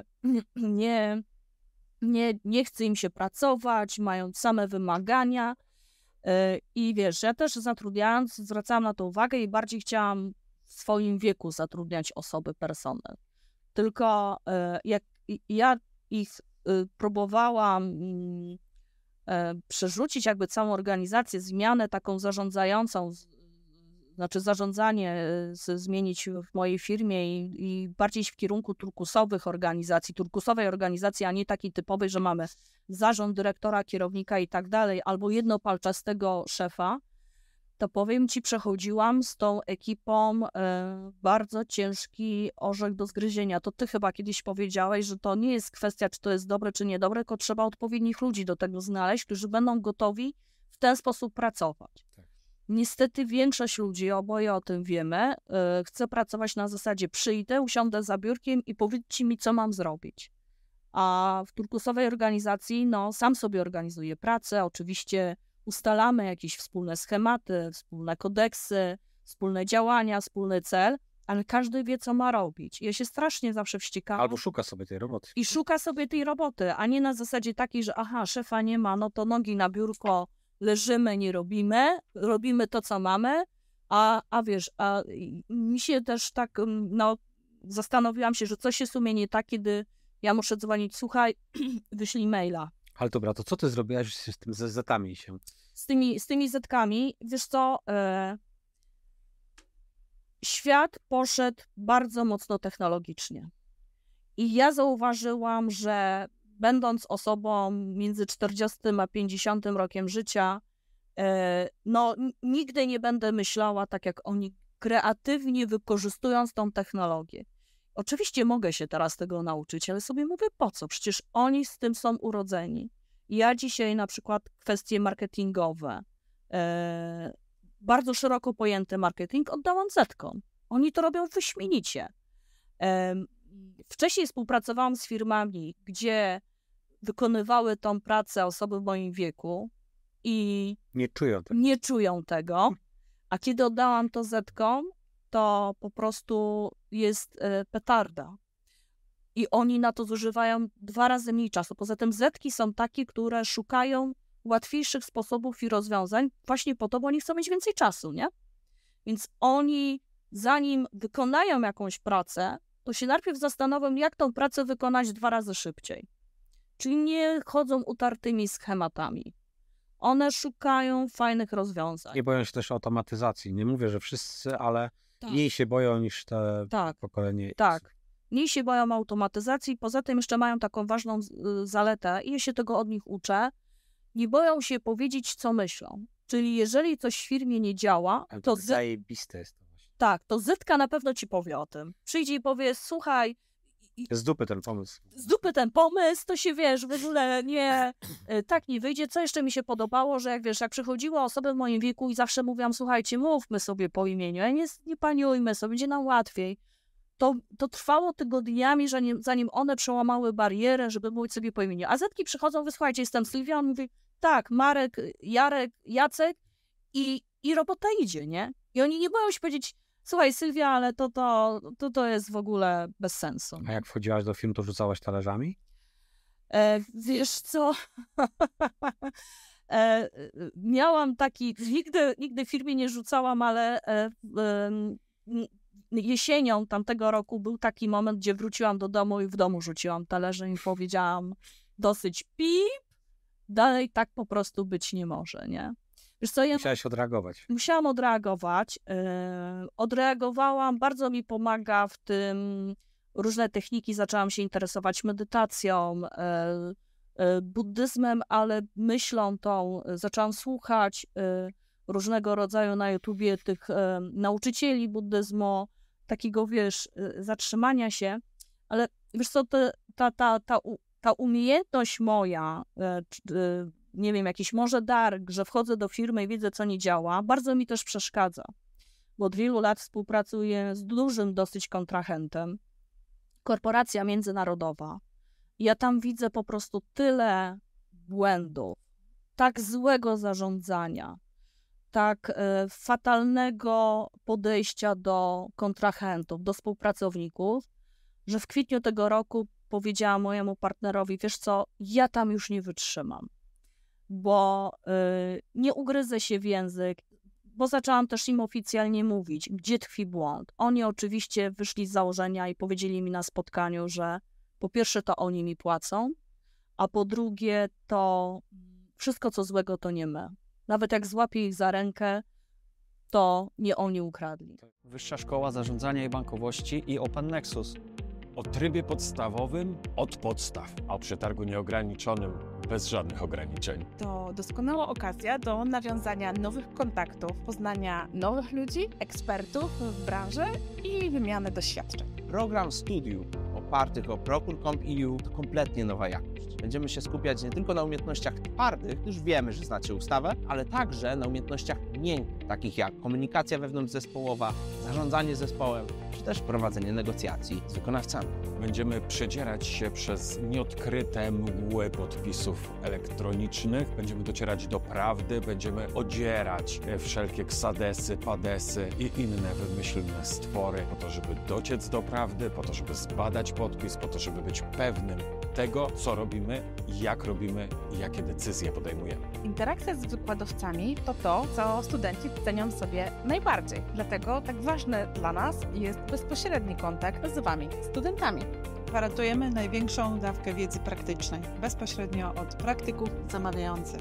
nie chce im się pracować, mają same wymagania. I wiesz, ja też zatrudniając, zwracałam na to uwagę i bardziej chciałam w swoim wieku zatrudniać osoby, personel. Tylko jak ja ich próbowałam przerzucić jakby całą organizację, zmianę taką zarządzającą, znaczy zarządzanie zmienić w mojej firmie i bardziej w kierunku turkusowej organizacji, a nie takiej typowej, że mamy zarząd, dyrektora, kierownika i tak dalej, albo jednopalczastego szefa, to powiem ci, przechodziłam z tą ekipą bardzo ciężki orzech do zgryzienia. To ty chyba kiedyś powiedziałeś, że to nie jest kwestia, czy to jest dobre, czy niedobre, tylko trzeba odpowiednich ludzi do tego znaleźć, którzy będą gotowi w ten sposób pracować. Tak. Niestety większość ludzi, oboje o tym wiemy, chce pracować na zasadzie przyjdę, usiądę za biurkiem i powiedzcie mi, co mam zrobić. A w turkusowej organizacji, no sam sobie organizuję pracę, oczywiście ustalamy jakieś wspólne schematy, wspólne kodeksy, wspólne działania, wspólny cel, ale każdy wie, co ma robić. Ja się strasznie zawsze wściekam. Albo szuka sobie tej roboty. I szuka sobie tej roboty, a nie na zasadzie takiej, że aha, szefa nie ma, no to nogi na biurko, leżymy, nie robimy, robimy to, co mamy, a wiesz, mi się też tak, no, zastanowiłam się, że coś jest u mnie nie tak, kiedy ja muszę dzwonić, słuchaj, wyślij maila. Ale dobra, to co ty zrobiłaś z tym Z-ami się? Z tymi Z-kami, wiesz co, świat poszedł bardzo mocno technologicznie. I ja zauważyłam, że będąc osobą między 40 a 50 rokiem życia, no nigdy nie będę myślała tak jak oni, kreatywnie wykorzystując tą technologię. Oczywiście mogę się teraz tego nauczyć, ale sobie mówię po co? Przecież oni z tym są urodzeni. Ja dzisiaj na przykład kwestie marketingowe, bardzo szeroko pojęty marketing oddałam Z-kom. Oni to robią wyśmienicie. Wcześniej współpracowałam z firmami, gdzie wykonywały tą pracę osoby w moim wieku i nie czują tego. A kiedy oddałam to Z-kom, to po prostu jest petarda. I oni na to zużywają 2 razy mniej czasu. Poza tym Z-ki są takie, które szukają łatwiejszych sposobów i rozwiązań właśnie po to, bo oni chcą mieć więcej czasu, nie? Więc oni, zanim wykonają jakąś pracę, to się najpierw zastanowią, jak tą pracę wykonać 2 razy szybciej. Czyli nie chodzą utartymi schematami. One szukają fajnych rozwiązań. Nie boją się też automatyzacji. Nie mówię, że wszyscy, ale mniej się boją niż te pokolenie X. Tak. Mniej się boją automatyzacji. Poza tym jeszcze mają taką ważną zaletę i ja się tego od nich uczę. Nie boją się powiedzieć, co myślą. Czyli jeżeli coś w firmie nie działa, to zajebiste jest to właśnie. Tak, to Zetka na pewno ci powie o tym. Przyjdzie i powie, słuchaj... Z dupy ten pomysł. Z dupy ten pomysł, to się wiesz, w ogóle nie... Tak nie wyjdzie. Co jeszcze mi się podobało, że jak wiesz, jak przychodziły osoby w moim wieku i zawsze mówiłam, słuchajcie, mówmy sobie po imieniu, nie paniujmy sobie, będzie nam łatwiej. To trwało tygodniami, zanim one przełamały barierę, żeby mówić sobie po imieniu. A Zetki przychodzą, wysłuchajcie, jestem Sylwia, on mówi, tak, Marek, Jarek, Jacek i robota idzie, nie? I oni nie boją się powiedzieć, słuchaj Sylwia, ale to jest w ogóle bez sensu. A jak wchodziłaś do firm, to rzucałaś talerzami? Wiesz co, miałam taki, nigdy w firmie nie rzucałam, ale jesienią tamtego roku był taki moment, gdzie wróciłam do domu i w domu rzuciłam talerzem i powiedziałam dosyć pip, dalej tak po prostu być nie może, nie? Wiesz co, Musiałaś odreagować. Musiałam odreagować. Odreagowałam, bardzo mi pomaga w tym różne techniki, zaczęłam się interesować medytacją, buddyzmem, ale myślą tą, zaczęłam słuchać różnego rodzaju na YouTubie tych nauczycieli buddyzmu, takiego, wiesz, zatrzymania się, ale wiesz co, ta umiejętność moja, nie wiem, jakiś może dar, że wchodzę do firmy i widzę, co nie działa, bardzo mi też przeszkadza, bo od wielu lat współpracuję z dużym dosyć kontrahentem, korporacja międzynarodowa. Ja tam widzę po prostu tyle błędów, tak złego zarządzania, tak fatalnego podejścia do kontrahentów, do współpracowników, że w kwietniu tego roku powiedziałam mojemu partnerowi, wiesz co, ja tam już nie wytrzymam, bo nie ugryzę się w język, bo zaczęłam też im oficjalnie mówić, gdzie tkwi błąd. Oni oczywiście wyszli z założenia i powiedzieli mi na spotkaniu, że po pierwsze to oni mi płacą, a po drugie to wszystko co złego to nie my. Nawet jak złapię ich za rękę, to nie oni ukradli. Wyższa Szkoła Zarządzania i Bankowości i Open Nexus. O trybie podstawowym od podstaw, a o przetargu nieograniczonym bez żadnych ograniczeń. To doskonała okazja do nawiązania nowych kontaktów, poznania nowych ludzi, ekspertów w branży i wymiany doświadczeń. Program studiów opartych o Procure.com.eu to kompletnie nowa jakość. Będziemy się skupiać nie tylko na umiejętnościach twardych, już wiemy, że znacie ustawę, ale także na umiejętnościach miękkich, takich jak komunikacja wewnątrzzespołowa, zarządzanie zespołem, czy też prowadzenie negocjacji z wykonawcami. Będziemy przedzierać się przez nieodkryte mgły podpisów elektronicznych, będziemy docierać do prawdy, będziemy odzierać wszelkie ksadesy, padesy i inne wymyślne stwory po to, żeby dociec do prawdy, po to, żeby zbadać podpis, po to, żeby być pewnym tego, co robimy, jak robimy i jakie decyzje podejmujemy. Interakcja z wykładowcami to to, co studenci cenią sobie najbardziej. Dlatego tak ważny dla nas jest bezpośredni kontakt z Wami, studentami. Gwarantujemy największą dawkę wiedzy praktycznej, bezpośrednio od praktyków zamawiających.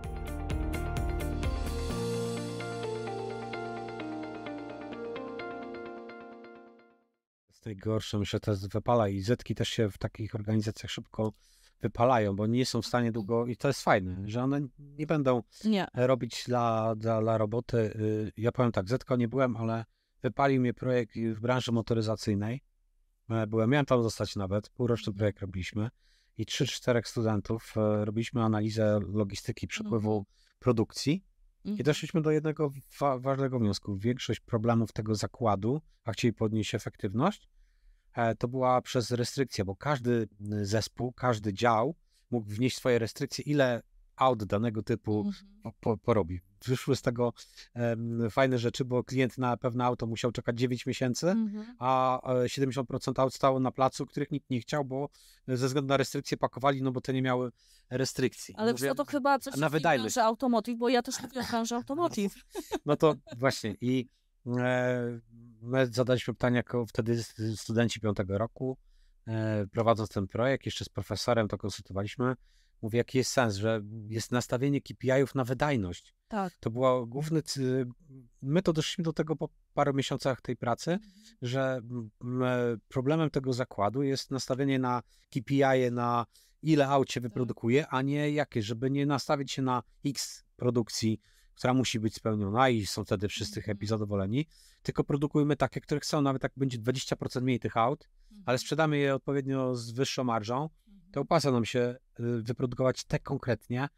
Najgorsze, myślę, to jest wypala i zetki też się w takich organizacjach szybko wypalają, bo nie są w stanie długo, i to jest fajne, że one nie będą robić dla roboty. Ja powiem tak, zetko nie byłem, ale wypalił mnie projekt w branży motoryzacyjnej. Miałem tam zostać nawet, półroczny projekt robiliśmy i 3-4 studentów robiliśmy analizę logistyki przepływu produkcji i doszliśmy do jednego ważnego wniosku. Większość problemów tego zakładu, a chcieli podnieść efektywność, to była przez restrykcje, bo każdy zespół, każdy dział mógł wnieść swoje restrykcje, ile aut danego typu porobi. Wyszły z tego fajne rzeczy, bo klient na pewne auto musiał czekać 9 miesięcy, a 70% aut stało na placu, których nikt nie chciał, bo ze względu na restrykcje pakowali, no bo te nie miały restrykcji. Ale to chyba coś na wydajność. W branży automotive, bo ja też lubię branżę automotive. No to właśnie i my zadaliśmy pytanie jako wtedy studenci 5. roku, prowadząc ten projekt, jeszcze z profesorem to konsultowaliśmy. Mówię, jaki jest sens, że jest nastawienie KPI-ów na wydajność. Tak. To było główny... My to doszliśmy do tego po paru miesiącach tej pracy, że problemem tego zakładu jest nastawienie na KPI, na ile aut się wyprodukuje, a nie jakieś, żeby nie nastawić się na X produkcji, która musi być spełniona i są wtedy wszyscy happy, zadowoleni, tylko produkujmy takie, które chcą, nawet jak będzie 20% mniej tych aut, ale sprzedamy je odpowiednio z wyższą marżą, to opłaca nam się wyprodukować te konkretnie,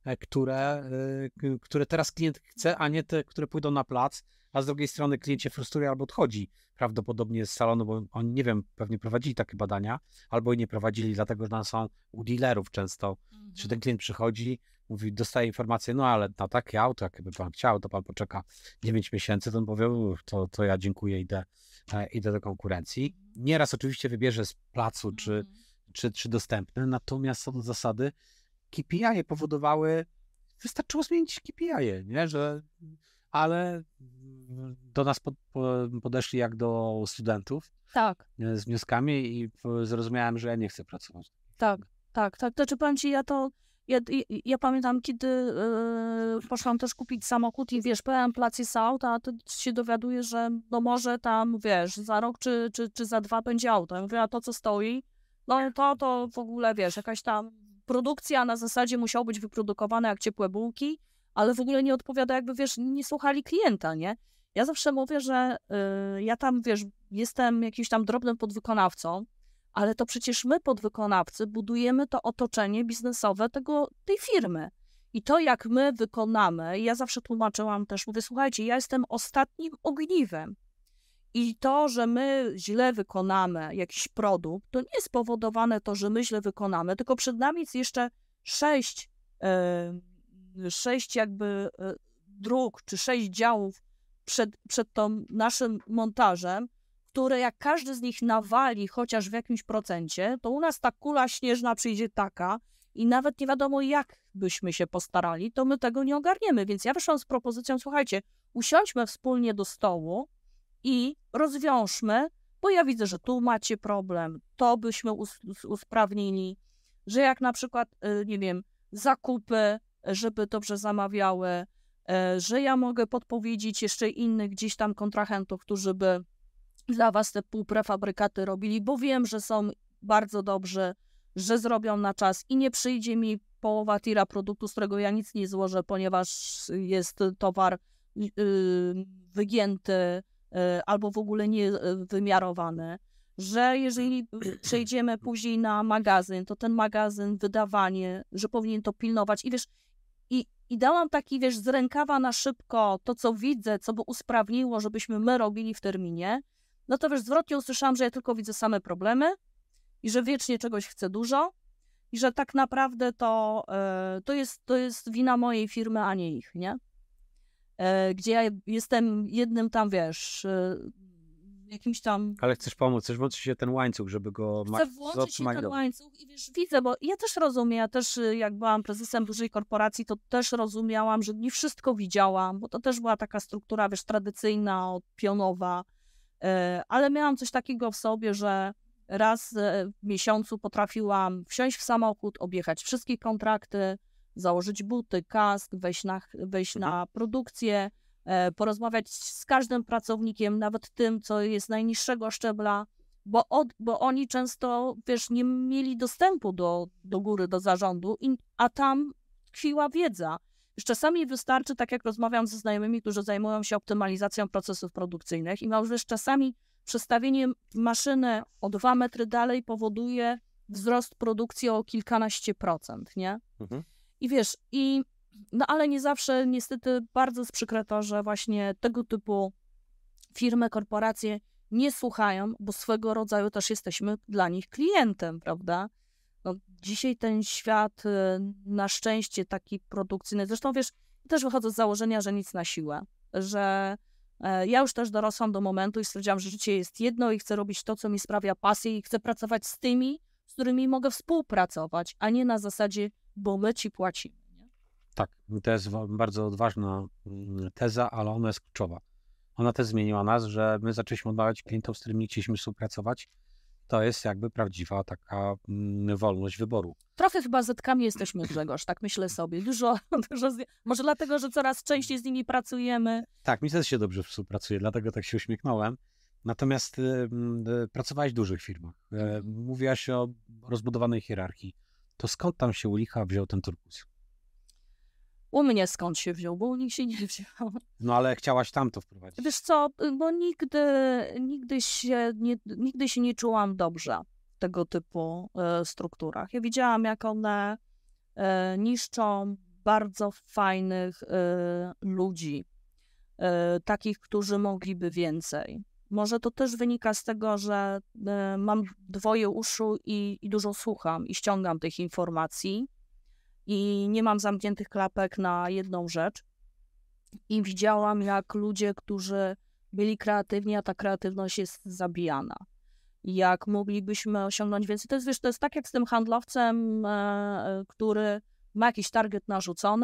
które teraz klient chce, a nie te, które pójdą na plac, a z drugiej strony klient się frustruje albo odchodzi prawdopodobnie z salonu, bo oni, nie wiem, pewnie prowadzili takie badania, albo i nie prowadzili, dlatego że one są u dealerów często, czy ten klient przychodzi, mówi, dostaje informację, no ale na takie auto, jakby pan chciał, to pan poczeka 9 miesięcy, to on powie, to ja dziękuję, idę do konkurencji. Nieraz oczywiście wybierze z placu, czy dostępne, natomiast co do zasady, KPI powodowały, wystarczyło zmienić KPI, nie? Że ale do nas podeszli jak do studentów Tak, z wnioskami i zrozumiałem, że ja nie chcę pracować. tak. Znaczy powiem ci, ja pamiętam, kiedy poszłam też kupić samochód i wiesz, pełen plac jest aut, a ty się dowiadujesz, że no może tam, wiesz, za rok czy za 2 będzie auto. Ja mówię, a to co stoi, no to w ogóle, wiesz, jakaś tam produkcja na zasadzie musiało być wyprodukowane jak ciepłe bułki, ale w ogóle nie odpowiada, jakby, wiesz, nie słuchali klienta, nie? Ja zawsze mówię, że ja tam, wiesz, jestem jakimś tam drobnym podwykonawcą, ale to przecież my, podwykonawcy, budujemy to otoczenie biznesowe tej firmy. I to, jak my wykonamy, ja zawsze tłumaczyłam też, mówię, słuchajcie, ja jestem ostatnim ogniwem. I to, że my źle wykonamy jakiś produkt, to nie jest spowodowane to, że my źle wykonamy, tylko przed nami jest jeszcze 6 jakby dróg, czy 6 działów przed tą naszym montażem, które jak każdy z nich nawali chociaż w jakimś procencie, to u nas ta kula śnieżna przyjdzie taka i nawet nie wiadomo jak byśmy się postarali, to my tego nie ogarniemy. Więc ja wyszłam z propozycją, słuchajcie, usiądźmy wspólnie do stołu i rozwiążmy, bo ja widzę, że tu macie problem, to byśmy usprawnili, że jak na przykład, nie wiem, zakupy, żeby dobrze zamawiały, że ja mogę podpowiedzieć jeszcze innych gdzieś tam kontrahentów, którzy by dla was te półprefabrykaty robili, bo wiem, że są bardzo dobrzy, że zrobią na czas i nie przyjdzie mi połowa tira produktu, z którego ja nic nie złożę, ponieważ jest towar wygięty albo w ogóle nie wymiarowany, że jeżeli przejdziemy później na magazyn, to ten magazyn, wydawanie, że powinien to pilnować i wiesz, i dałam taki, wiesz, z rękawa na szybko to, co widzę, co by usprawniło, żebyśmy my robili w terminie, no to wiesz, zwrotnie usłyszałam, że ja tylko widzę same problemy i że wiecznie czegoś chcę dużo i że tak naprawdę to jest wina mojej firmy, a nie ich, nie? Gdzie ja jestem jednym tam, wiesz, jakimś tam... Ale chcesz pomóc, chcesz włączyć się ten łańcuch, żeby go Chcę włączyć się ten łańcuch i wiesz, widzę, bo ja też rozumiem, ja też jak byłam prezesem dużej korporacji, to też rozumiałam, że nie wszystko widziałam, bo to też była taka struktura, wiesz, tradycyjna, pionowa, ale miałam coś takiego w sobie, że raz w miesiącu potrafiłam wsiąść w samochód, objechać wszystkie kontrakty, założyć buty, kask, wejść na produkcję, porozmawiać z każdym pracownikiem, nawet tym, co jest najniższego szczebla, bo oni często, wiesz, nie mieli dostępu do góry, do zarządu, a tam tkwiła wiedza. Już czasami wystarczy, tak jak rozmawiam ze znajomymi, którzy zajmują się optymalizacją procesów produkcyjnych i wiesz, czasami przestawienie maszyny o 2 metry dalej powoduje wzrost produkcji o kilkanaście procent, nie? Mhm. I wiesz, no ale nie zawsze, niestety bardzo jest przykre to, że właśnie tego typu firmy, korporacje nie słuchają, bo swego rodzaju też jesteśmy dla nich klientem, prawda? No, dzisiaj ten świat na szczęście taki produkcyjny, zresztą wiesz, też wychodzę z założenia, że nic na siłę, że ja już też dorosłam do momentu i stwierdziłam, że życie jest jedno i chcę robić to, co mi sprawia pasję i chcę pracować z tymi, z którymi mogę współpracować, a nie na zasadzie, bo my ci płacimy. Nie? Tak, to jest bardzo odważna teza, ale ona jest kluczowa. Ona też zmieniła nas, że my zaczęliśmy odmawiać klientów, z którymi chcieliśmy współpracować. To jest jakby prawdziwa taka wolność wyboru. Trochę chyba zetkami jesteśmy, Grzegorz, tak myślę sobie. Dużo może dlatego, że coraz częściej z nimi pracujemy. Tak, mi też się dobrze współpracuje, dlatego tak się uśmiechnąłem. Natomiast pracowałeś w dużych firmach. Mówiłaś o rozbudowanej hierarchii. To skąd tam się u licha wziął ten turkus? U mnie skąd się wziął, bo u nich się nie wziął. No ale chciałaś tam to wprowadzić. Wiesz co, bo nigdy się nie czułam dobrze w tego typu strukturach. Ja widziałam, jak one niszczą bardzo fajnych ludzi, takich, którzy mogliby więcej. Może to też wynika z tego, że mam 2 uszu i dużo słucham i ściągam tych informacji i nie mam zamkniętych klapek na jedną rzecz. I widziałam, jak ludzie, którzy byli kreatywni, a ta kreatywność jest zabijana. Jak moglibyśmy osiągnąć więcej. To jest, wiesz, to jest tak jak z tym handlowcem, który ma jakiś target narzucony,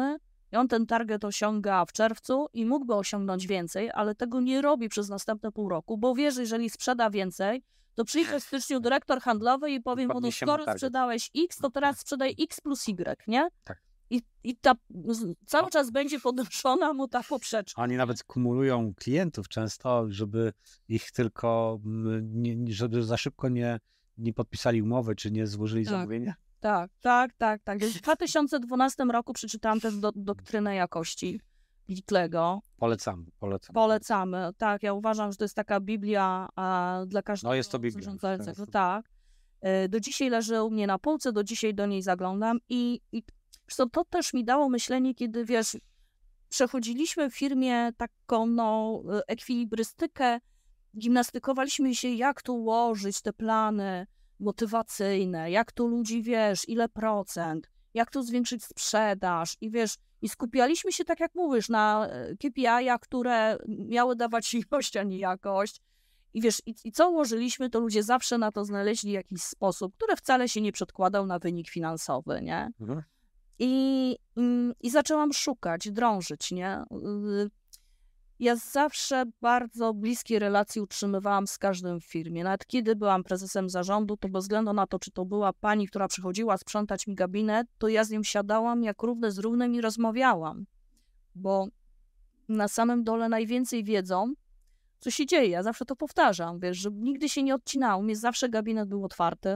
I on ten target osiąga w czerwcu i mógłby osiągnąć więcej, ale tego nie robi przez następne pół roku, bo wie, że jeżeli sprzeda więcej, to przyjdzie w styczniu dyrektor handlowy i powie mu, no skoro sprzedałeś X, to teraz sprzedaj X plus Y, nie? Tak. I cały czas będzie podnoszona mu ta poprzeczka. Oni nawet kumulują klientów często, żeby ich tylko, żeby za szybko nie podpisali umowy, czy nie złożyli zamówienia. Tak. W 2012 roku przeczytałam też doktrynę jakości Littlego. Polecamy. Tak, ja uważam, że to jest taka Biblia dla każdego jest to Biblia, zarządzającego. Tak. Do dzisiaj leży u mnie na półce, do dzisiaj do niej zaglądam i to też mi dało myślenie, kiedy wiesz, przechodziliśmy w firmie taką ekwilibrystykę, gimnastykowaliśmy się, jak tu ułożyć te plany motywacyjne, jak tu ludzi, wiesz, ile procent, jak tu zwiększyć sprzedaż i wiesz, i skupialiśmy się, tak jak mówisz, na KPI-ach, które miały dawać ilość, a nie jakość. I wiesz, i co ułożyliśmy, to ludzie zawsze na to znaleźli jakiś sposób, który wcale się nie przedkładał na wynik finansowy, nie? Mhm. I zaczęłam szukać, drążyć, nie? Ja zawsze bardzo bliskie relacje utrzymywałam z każdym w firmie. Nawet kiedy byłam prezesem zarządu, to bez względu na to, czy to była pani, która przychodziła sprzątać mi gabinet, to ja z nią siadałam jak równy z równym i rozmawiałam. Bo na samym dole najwięcej wiedzą, co się dzieje. Ja zawsze to powtarzam, wiesz, że nigdy się nie odcinałam. Mnie zawsze gabinet był otwarty.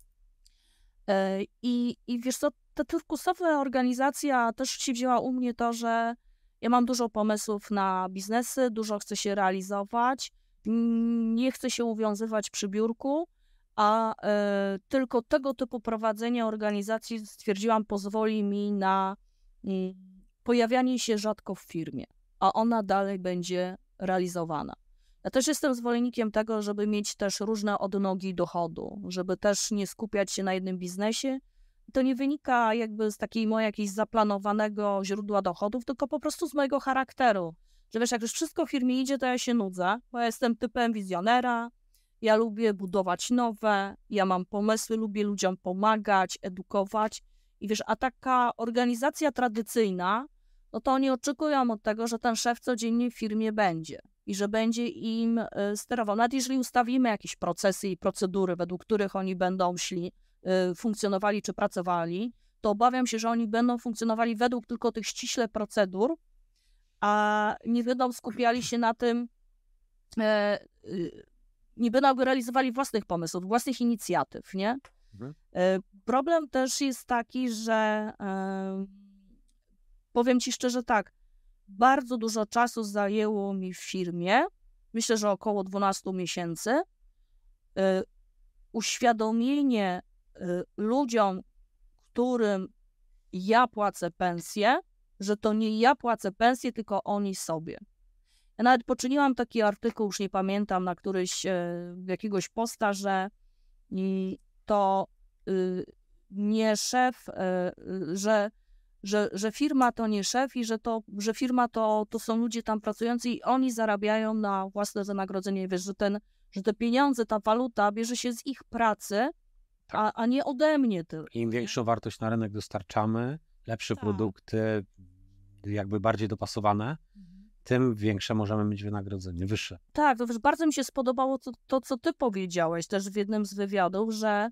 I wiesz co, ta turkusowa organizacja też się wzięła u mnie to, że ja mam dużo pomysłów na biznesy, dużo chcę się realizować, nie chcę się uwiązywać przy biurku, a tylko tego typu prowadzenie organizacji, stwierdziłam, pozwoli mi na pojawianie się rzadko w firmie, a ona dalej będzie realizowana. Ja też jestem zwolennikiem tego, żeby mieć też różne odnogi dochodu, żeby też nie skupiać się na jednym biznesie. To nie wynika jakby z takiej mojej jakiejś zaplanowanego źródła dochodów, tylko po prostu z mojego charakteru. Że wiesz, jak już wszystko w firmie idzie, to ja się nudzę, bo ja jestem typem wizjonera, ja lubię budować nowe, ja mam pomysły, lubię ludziom pomagać, edukować. I wiesz, a taka organizacja tradycyjna, no to oni oczekują od tego, że ten szef codziennie w firmie będzie i że będzie im sterował. Nawet jeżeli ustawimy jakieś procesy i procedury, według których oni będą funkcjonowali czy pracowali, to obawiam się, że oni będą funkcjonowali według tylko tych ściśle procedur, a nie będą skupiali się na tym, nie będą realizowali własnych pomysłów, własnych inicjatyw, nie? Problem też jest taki, że powiem ci szczerze tak, bardzo dużo czasu zajęło mi w firmie, myślę, że około 12 miesięcy, uświadomienie ludziom, którym ja płacę pensję, że to nie ja płacę pensję, tylko oni sobie. Ja nawet poczyniłam taki artykuł, już nie pamiętam, na któryś jakiegoś posta, że to nie szef, że firma to nie szef i że firma to są ludzie tam pracujący i oni zarabiają na własne wynagrodzenie. Wiesz, że te pieniądze, ta waluta bierze się z ich pracy, a nie ode mnie tylko. Im większą wartość na rynek dostarczamy, lepsze produkty, jakby bardziej dopasowane, tym większe możemy mieć wynagrodzenie, wyższe. Tak, to wiesz, bardzo mi się spodobało to, co ty powiedziałeś też w jednym z wywiadów, że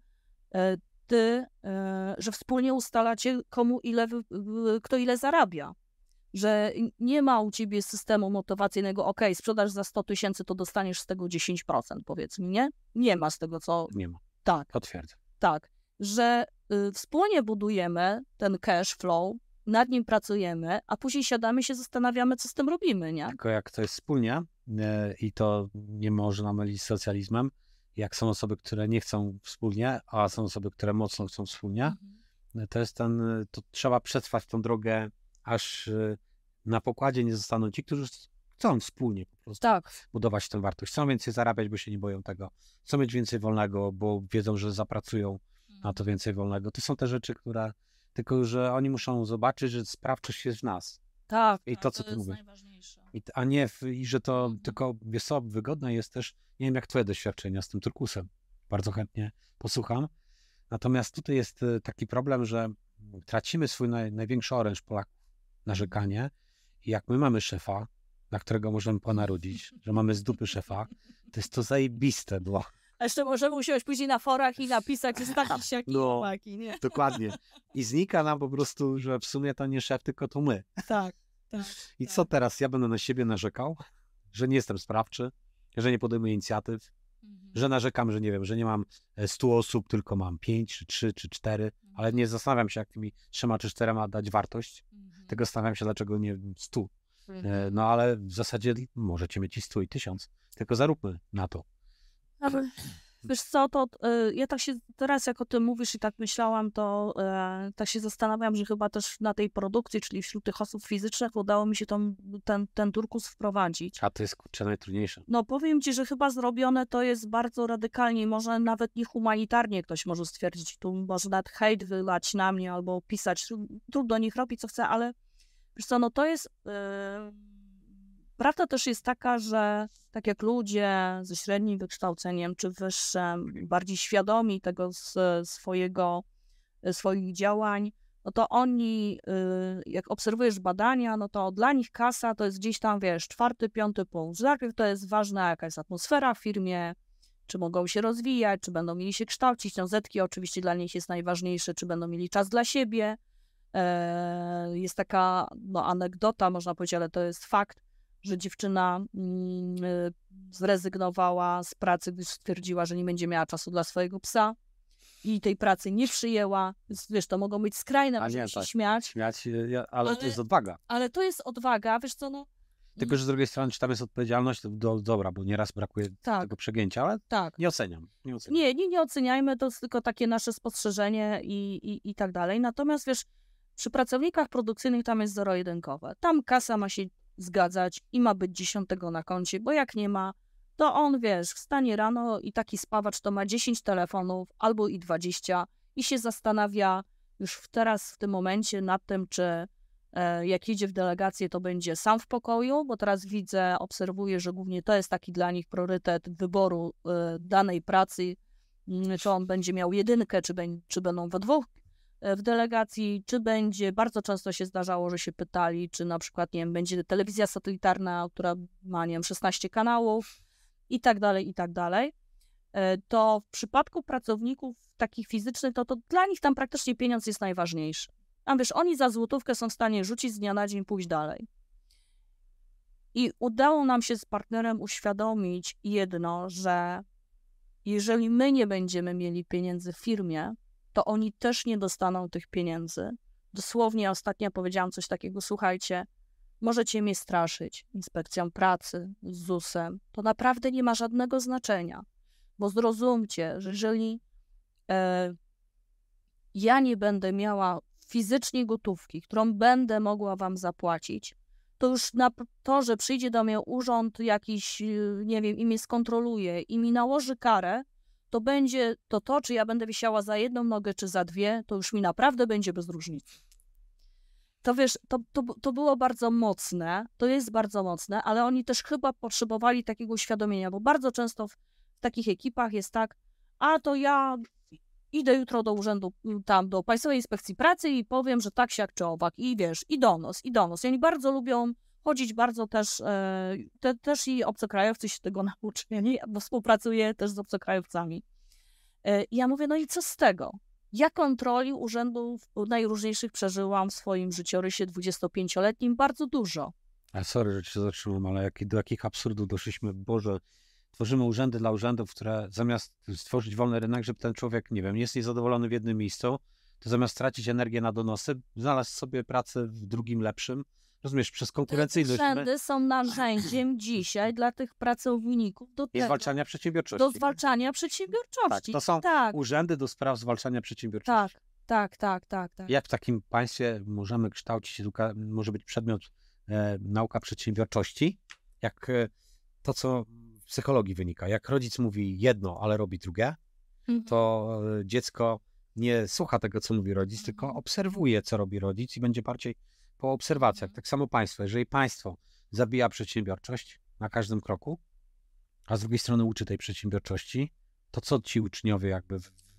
że wspólnie ustalacie, kto ile zarabia. Że nie ma u ciebie systemu motywacyjnego, okej, sprzedaż za 100 000, to dostaniesz z tego 10%, powiedz mi, nie? Nie ma z tego, co... Nie ma. Tak. Potwierdzam. Tak, że wspólnie budujemy ten cash flow, nad nim pracujemy, a później siadamy się, zastanawiamy, co z tym robimy, nie? Tylko jak to jest wspólnie i to nie można mylić z socjalizmem, jak są osoby, które nie chcą wspólnie, a są osoby, które mocno chcą wspólnie, to trzeba przetrwać tą drogę, aż na pokładzie nie zostaną ci, którzy chcą wspólnie po prostu budować tę wartość. Chcą więcej zarabiać, bo się nie boją tego. Chcą mieć więcej wolnego, bo wiedzą, że zapracują na to więcej wolnego. To są te rzeczy, które tylko, że oni muszą zobaczyć, że sprawczość jest w nas. Tak, i to, co ty mówisz. Najważniejsze. A nie, i że to tylko, wiesz co, wygodne jest też, nie wiem jak twoje doświadczenia z tym turkusem, bardzo chętnie posłucham. Natomiast tutaj jest taki problem, że tracimy swój największy oręż Polaków. narzekanie. I jak my mamy szefa, na którego możemy ponarudzić, że mamy z dupy szefa, to jest to zajebiste, bo... A jeszcze możemy usiąść później na forach i napisać, że takie siaki chłopaki, nie? Dokładnie. I znika nam po prostu, że w sumie to nie szef, tylko to my. Tak. I co teraz? Ja będę na siebie narzekał, że nie jestem sprawczy, że nie podejmuję inicjatyw, że narzekam, że nie wiem, że nie mam 100 osób, tylko mam 5, czy 3, czy 4, ale nie zastanawiam się, jak tymi 3 czy 4 dać wartość, tylko zastanawiam się, dlaczego nie 100. No ale w zasadzie możecie mieć i 100 i 1000, tylko zaróbmy na to. Ale wiesz co, to ja tak się teraz, jak o tym mówisz i tak myślałam, to tak się zastanawiam, że chyba też na tej produkcji, czyli wśród tych osób fizycznych udało mi się ten turkus wprowadzić. A to jest kurczę najtrudniejsze. No powiem ci, że chyba zrobione to jest bardzo radykalnie, może nawet niehumanitarnie ktoś może stwierdzić, tu może nawet hejt wylać na mnie albo pisać, trudno, niech robi co chce, ale wiesz co, no to jest... Prawda też jest taka, że tak jak ludzie ze średnim wykształceniem czy wyższym, bardziej świadomi tego swoich działań, no to oni, jak obserwujesz badania, no to dla nich kasa to jest gdzieś tam, wiesz, 4., 5. punkt. Najpierw to jest ważna jaka jest atmosfera w firmie, czy mogą się rozwijać, czy będą mieli się kształcić. No zetki oczywiście dla nich jest najważniejsze, czy będą mieli czas dla siebie. Jest taka anegdota, można powiedzieć, ale to jest fakt, że dziewczyna zrezygnowała z pracy, gdyż stwierdziła, że nie będzie miała czasu dla swojego psa i tej pracy nie przyjęła. Wiesz, to mogą być skrajne, możemy się śmiać. Ale to jest odwaga. Ale to jest odwaga, wiesz co, no... Tylko, że z drugiej strony, czy tam jest odpowiedzialność, to dobra, bo nieraz brakuje tego przegięcia, ale nie oceniam. Nie oceniajmy, to jest tylko takie nasze spostrzeżenie i tak dalej. Natomiast wiesz, przy pracownikach produkcyjnych tam jest zero-jedynkowe. Tam kasa ma się zgadzać i ma być 10 na koncie, bo jak nie ma, to on, wiesz, wstanie rano i taki spawacz to ma 10 telefonów albo i 20 i się zastanawia już teraz w tym momencie nad tym, czy jak idzie w delegację, to będzie sam w pokoju, bo teraz widzę, obserwuję, że głównie to jest taki dla nich priorytet wyboru danej pracy, czy on będzie miał 1, czy będą we 2 w delegacji, czy będzie, bardzo często się zdarzało, że się pytali, czy na przykład, nie wiem, będzie telewizja satelitarna, która ma, nie wiem, 16 kanałów i tak dalej, to w przypadku pracowników takich fizycznych, to dla nich tam praktycznie pieniądz jest najważniejszy. A wiesz, oni za złotówkę są w stanie rzucić z dnia na dzień, pójść dalej. I udało nam się z partnerem uświadomić jedno, że jeżeli my nie będziemy mieli pieniędzy w firmie, to oni też nie dostaną tych pieniędzy. Dosłownie ostatnio powiedziałam coś takiego, słuchajcie, możecie mnie straszyć inspekcją pracy, z ZUS-em, to naprawdę nie ma żadnego znaczenia, bo zrozumcie, że jeżeli ja nie będę miała fizycznie gotówki, którą będę mogła wam zapłacić, to już na to, że przyjdzie do mnie urząd jakiś, nie wiem, i mnie skontroluje i mi nałoży karę, to będzie to, czy ja będę wisiała za 1 nogę, czy za 2, to już mi naprawdę będzie bez różnicy. To wiesz, to było bardzo mocne, to jest bardzo mocne, ale oni też chyba potrzebowali takiego uświadomienia, bo bardzo często w takich ekipach jest tak, a to ja idę jutro do urzędu, tam do Państwowej Inspekcji Pracy i powiem, że tak, siak czy owak i wiesz, i donos. I oni bardzo lubią chodzić, bardzo też, też i obcokrajowcy się tego nauczyli, bo współpracuję też z obcokrajowcami. I ja mówię, no i co z tego? Ja kontroli urzędów najróżniejszych przeżyłam w swoim życiorysie 25-letnim bardzo dużo. Sorry, że cię zatrzymam, ale do jakich absurdów doszliśmy? Boże, tworzymy urzędy dla urzędów, które zamiast stworzyć wolny rynek, żeby ten człowiek, nie wiem, jest niezadowolony w jednym miejscu, to zamiast tracić energię na donosy, znalazł sobie pracę w drugim lepszym. Rozumiesz, przez konkurencyjność. Te urzędy są narzędziem dzisiaj dla tych pracowników do zwalczania przedsiębiorczości. Do zwalczania przedsiębiorczości. Tak, to są urzędy do spraw zwalczania przedsiębiorczości. Tak. Jak w takim państwie możemy kształcić, może być przedmiot nauka przedsiębiorczości, jak to, co w psychologii wynika. Jak rodzic mówi jedno, ale robi drugie, to dziecko nie słucha tego, co mówi rodzic, tylko obserwuje, co robi rodzic i będzie bardziej po obserwacjach. Tak samo państwo. Jeżeli państwo zabija przedsiębiorczość na każdym kroku, a z drugiej strony uczy tej przedsiębiorczości, to co ci uczniowie jakby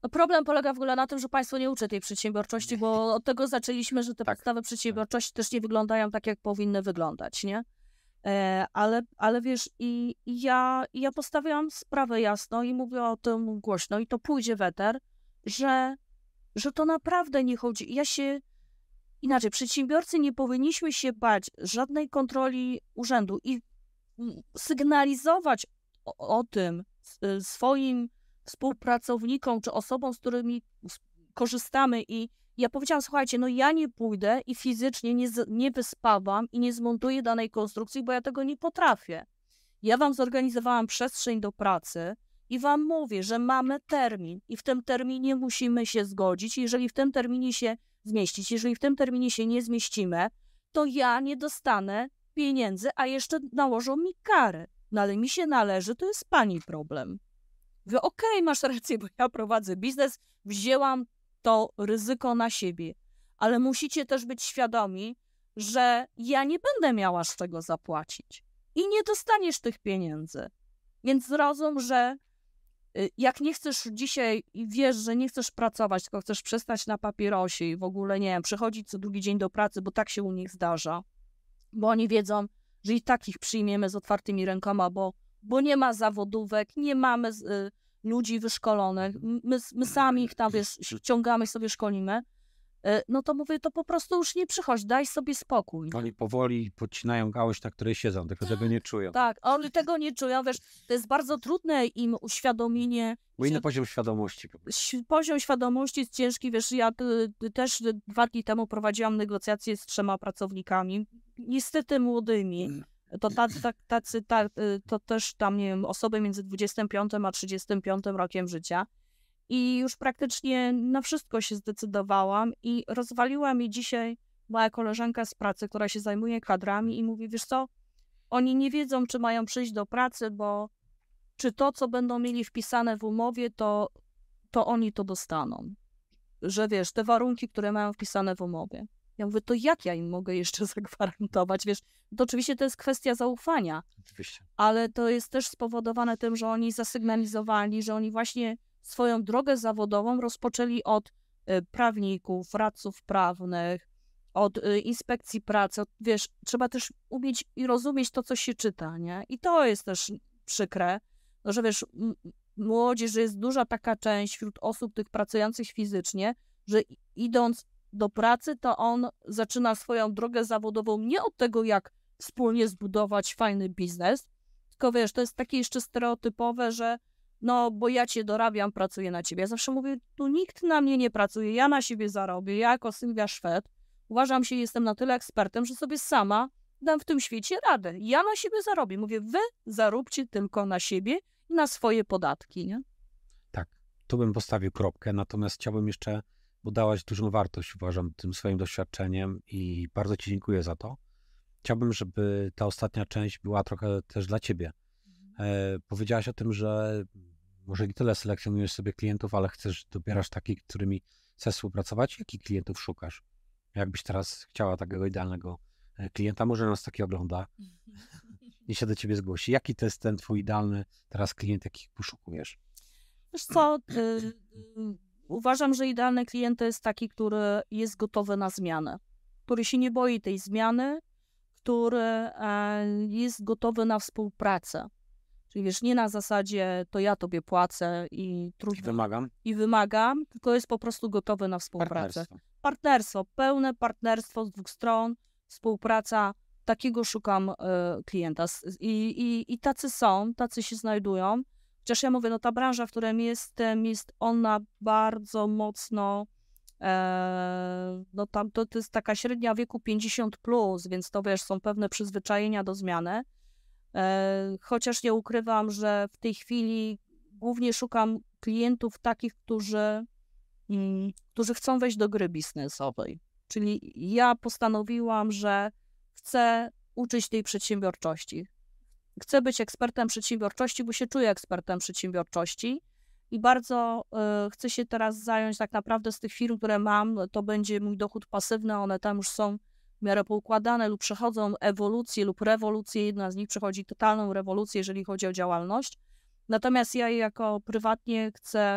Problem polega w ogóle na tym, że państwo nie uczy tej przedsiębiorczości, bo od tego zaczęliśmy, że te Tak. podstawy przedsiębiorczości też nie wyglądają tak, jak powinny wyglądać, nie? Ale wiesz, ja postawiłam sprawę jasno i mówię o tym głośno i to pójdzie w eter, że to naprawdę nie chodzi. Inaczej, przedsiębiorcy nie powinniśmy się bać żadnej kontroli urzędu i sygnalizować o tym swoim współpracownikom czy osobom, z którymi korzystamy i ja powiedziałam, słuchajcie, no ja nie pójdę i fizycznie nie wyspawam i nie zmontuję danej konstrukcji, bo ja tego nie potrafię. Ja wam zorganizowałam przestrzeń do pracy i wam mówię, że mamy termin i w tym terminie musimy się zgodzić. Jeżeli w tym terminie się zmieścić, jeżeli w tym terminie się nie zmieścimy, to ja nie dostanę pieniędzy, a jeszcze nałożą mi karę. No ale mi się należy, to jest pani problem. Mówię, okej, masz rację, bo ja prowadzę biznes, wzięłam to ryzyko na siebie, ale musicie też być świadomi, że ja nie będę miała z czego zapłacić i nie dostaniesz tych pieniędzy. Więc zrozum, że jak nie chcesz dzisiaj i wiesz, że nie chcesz pracować, tylko chcesz przestać na papierosie i w ogóle, nie wiem, przychodzić co drugi dzień do pracy, bo tak się u nich zdarza, bo oni wiedzą, że i tak ich przyjmiemy z otwartymi rękoma, bo nie ma zawodówek, nie mamy ludzi wyszkolonych, my sami ich tam, wiesz, ściągamy, sobie szkolimy, no to mówię, to po prostu już nie przychodź, daj sobie spokój. Oni powoli podcinają gałąź, na której siedzą, tylko tego nie czują. Tak, oni tego nie czują, wiesz, to jest bardzo trudne im uświadomienie. Bo inny poziom świadomości. Poziom świadomości jest ciężki, wiesz, ja też 2 dni temu prowadziłam negocjacje z 3 pracownikami, niestety młodymi. To też tam, nie wiem, osoby między 25 a 35 rokiem życia. I już praktycznie na wszystko się zdecydowałam i rozwaliła mi dzisiaj moja koleżanka z pracy, która się zajmuje kadrami i mówi, wiesz co, oni nie wiedzą, czy mają przyjść do pracy, bo czy to, co będą mieli wpisane w umowie, to oni to dostaną. Że wiesz, te warunki, które mają wpisane w umowie. Ja mówię, to jak ja im mogę jeszcze zagwarantować? Wiesz, to oczywiście to jest kwestia zaufania. Oczywiście. Ale to jest też spowodowane tym, że oni zasygnalizowali, że oni właśnie swoją drogę zawodową rozpoczęli od prawników, radców prawnych, od inspekcji pracy. Wiesz, trzeba też umieć i rozumieć to, co się czyta, nie? I to jest też przykre, że wiesz, młodzież, że jest duża taka część wśród osób tych pracujących fizycznie, że idąc do pracy, to on zaczyna swoją drogę zawodową nie od tego, jak wspólnie zbudować fajny biznes, tylko wiesz, to jest takie jeszcze stereotypowe, że no, bo ja cię dorabiam, pracuję na ciebie. Ja zawsze mówię, tu nikt na mnie nie pracuje, ja na siebie zarobię, ja jako Sylwia Szwed uważam się, jestem na tyle ekspertem, że sobie sama dam w tym świecie radę. Ja na siebie zarobię. Mówię, wy zaróbcie tylko na siebie i na swoje podatki, nie? Tak, tu bym postawił kropkę, natomiast chciałbym jeszcze, bo dałaś dużą wartość, uważam, tym swoim doświadczeniem i bardzo ci dziękuję za to. Chciałbym, żeby ta ostatnia część była trochę też dla ciebie. Powiedziałaś o tym, że może nie tyle selekcjonujesz sobie klientów, ale dobierasz takich, którymi chcesz współpracować. Jakich klientów szukasz? Jakbyś teraz chciała takiego idealnego klienta, może nas taki ogląda i się do ciebie zgłosi. Jaki to jest ten twój idealny teraz klient, jakich poszukujesz? Wiesz co, uważam, że idealny klient to jest taki, który jest gotowy na zmianę, który się nie boi tej zmiany, który jest gotowy na współpracę. Czyli wiesz, nie na zasadzie to ja tobie płacę i wymagam, tylko jest po prostu gotowy na współpracę. Partnerstwo, pełne partnerstwo z 2 stron, współpraca, takiego szukam klienta. I tacy się znajdują. Chociaż ja mówię, no ta branża, w której jestem, jest ona bardzo mocno, no tam to jest taka średnia wieku 50+, więc to wiesz, są pewne przyzwyczajenia do zmiany. Chociaż nie ukrywam, że w tej chwili głównie szukam klientów takich, którzy chcą wejść do gry biznesowej. Czyli ja postanowiłam, że chcę uczyć tej przedsiębiorczości. Chcę być ekspertem przedsiębiorczości, bo się czuję ekspertem przedsiębiorczości i bardzo chcę się teraz zająć tak naprawdę z tych firm, które mam, to będzie mój dochód pasywny, one tam już są w miarę poukładane lub przechodzą ewolucję lub rewolucję. Jedna z nich przechodzi totalną rewolucję, jeżeli chodzi o działalność. Natomiast ja jako prywatnie chcę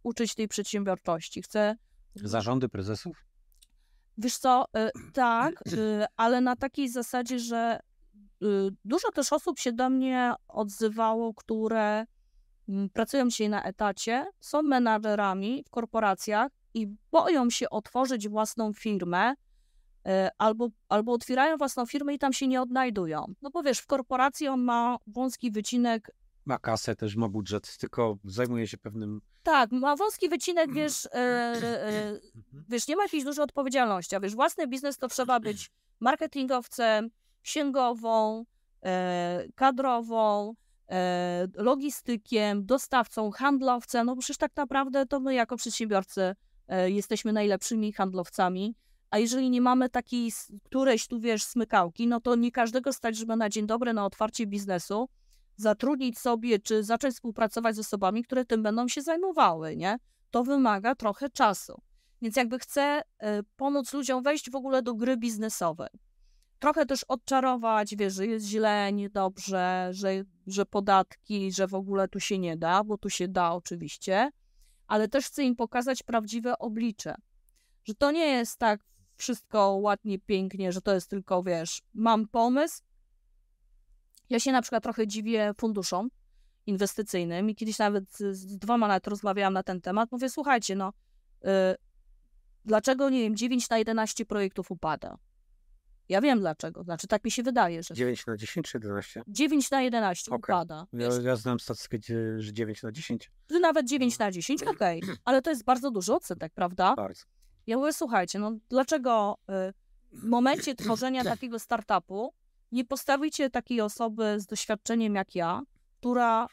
uczyć tej przedsiębiorczości. Chcę... Zarządy prezesów? Wiesz co, tak, ale na takiej zasadzie, że dużo też osób się do mnie odzywało, które pracują dzisiaj na etacie, są menadżerami w korporacjach i boją się otworzyć własną firmę, albo otwierają własną firmę i tam się nie odnajdują. No bo wiesz, w korporacji on ma wąski wycinek. Ma kasę, też ma budżet, tylko zajmuje się pewnym... Tak, ma wąski wycinek, wiesz, wiesz, nie ma jakiejś dużej odpowiedzialności, a wiesz, własny biznes to trzeba być marketingowcem, księgową, kadrową, logistykiem, dostawcą, handlowcem, no bo przecież tak naprawdę to my jako przedsiębiorcy jesteśmy najlepszymi handlowcami, a jeżeli nie mamy takiej którejś tu, wiesz, smykałki, no to nie każdego stać, żeby na dzień dobry, na otwarcie biznesu zatrudnić sobie, czy zacząć współpracować z osobami, które tym będą się zajmowały, nie? To wymaga trochę czasu. Więc jakby chcę pomóc ludziom wejść w ogóle do gry biznesowej. Trochę też odczarować, wiesz, że jest źle, niedobrze, że podatki, że w ogóle tu się nie da, bo tu się da oczywiście, ale też chcę im pokazać prawdziwe oblicze. Że to nie jest tak wszystko ładnie, pięknie, że to jest tylko, wiesz, mam pomysł. Ja się na przykład trochę dziwię funduszom inwestycyjnym i kiedyś nawet z 2 nawet rozmawiałam na ten temat. Mówię, słuchajcie, no dlaczego, nie wiem, 9 na 11 projektów upada? Ja wiem dlaczego. Znaczy, tak mi się wydaje, że... 9 na 10 czy 11? 9 na 11 upada. Ja znam statystykę, że 9 na 10. Nawet 9 na 10, okej. Ale to jest bardzo duży odsetek, prawda? Bardzo. Ja mówię, słuchajcie, no dlaczego w momencie tworzenia takiego startupu nie postawicie takiej osoby z doświadczeniem jak ja, która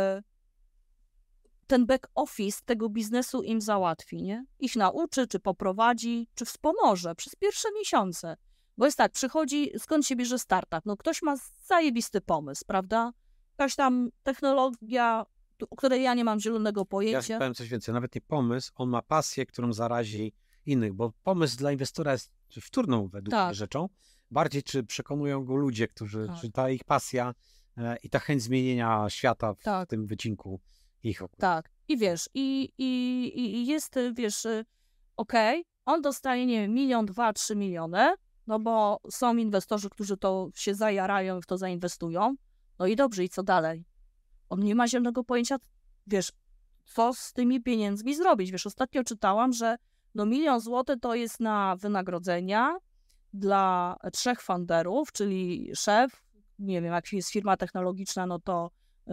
ten back office tego biznesu im załatwi, nie? Ich nauczy, czy poprowadzi, czy wspomoże przez pierwsze miesiące. Bo jest tak, przychodzi, skąd się bierze startup? No ktoś ma zajebisty pomysł, prawda? Jakaś tam technologia, o której ja nie mam zielonego pojęcia. Ja powiem coś więcej, nawet nie pomysł, on ma pasję, którą zarazi innych, bo pomysł dla inwestora jest wtórną według mnie rzeczą. Bardziej czy przekonują go ludzie, którzy, czy ta ich pasja i ta chęć zmienienia świata w tym wycinku ich. Tak, i wiesz, i jest, wiesz, okej, on dostaje, nie wiem, 1, 2, 3 miliony, no bo są inwestorzy, którzy to się zajarają i w to zainwestują. No i dobrze, i co dalej? On nie ma zielonego pojęcia, wiesz, co z tymi pieniędzmi zrobić. Wiesz, ostatnio czytałam, że no 1 000 000 złotych to jest na wynagrodzenia dla 3 founderów, czyli szef, nie wiem, jak jest firma technologiczna, no to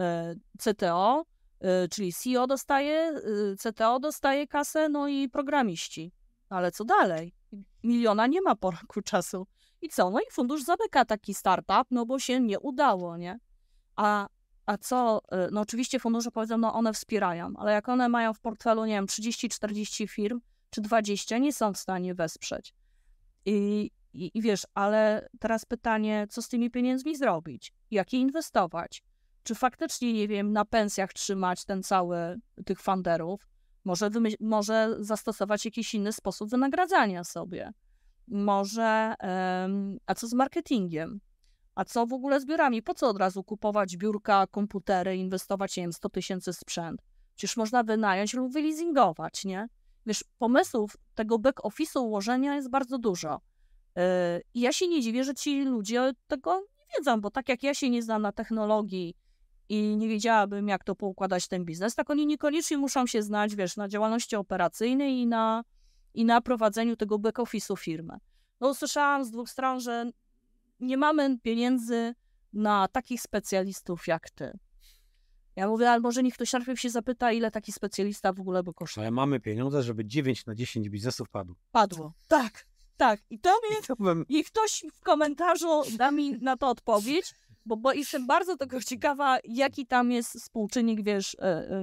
CTO, czyli CEO dostaje, CTO dostaje kasę, no i programiści. Ale co dalej? 1 miliona nie ma po roku czasu. I co? No i fundusz zamyka taki startup, no bo się nie udało, nie? A co? No oczywiście fundusze powiedzą, no one wspierają, ale jak one mają w portfelu, nie wiem, 30-40 firm, czy 20, nie są w stanie wesprzeć. I wiesz, ale teraz pytanie, co z tymi pieniędzmi zrobić? Jak je inwestować? Czy faktycznie, nie wiem, na pensjach trzymać ten cały, tych funderów? Może zastosować jakiś inny sposób wynagradzania sobie. Może, a co z marketingiem? A co w ogóle z biurami? Po co od razu kupować biurka, komputery, inwestować, nie wiem, 100 000 w sprzęt? Przecież można wynająć lub wyleasingować, nie? Wiesz, pomysłów tego back-office'u ułożenia jest bardzo dużo. I ja się nie dziwię, że ci ludzie tego nie wiedzą, bo tak jak ja się nie znam na technologii i nie wiedziałabym, jak to poukładać ten biznes, tak oni niekoniecznie muszą się znać, wiesz, na działalności operacyjnej i na prowadzeniu tego back-office'u firmy. No usłyszałam z 2 stron, że nie mamy pieniędzy na takich specjalistów jak ty. Ja mówię, ale może niech ktoś najpierw się zapyta, ile taki specjalista w ogóle by kosztował. Ale mamy pieniądze, żeby 9 na 10 biznesów padło. Padło. Tak. I to mnie... I ktoś w komentarzu da mi na to odpowiedź, bo jestem bardzo tego ciekawa, jaki tam jest współczynnik, wiesz,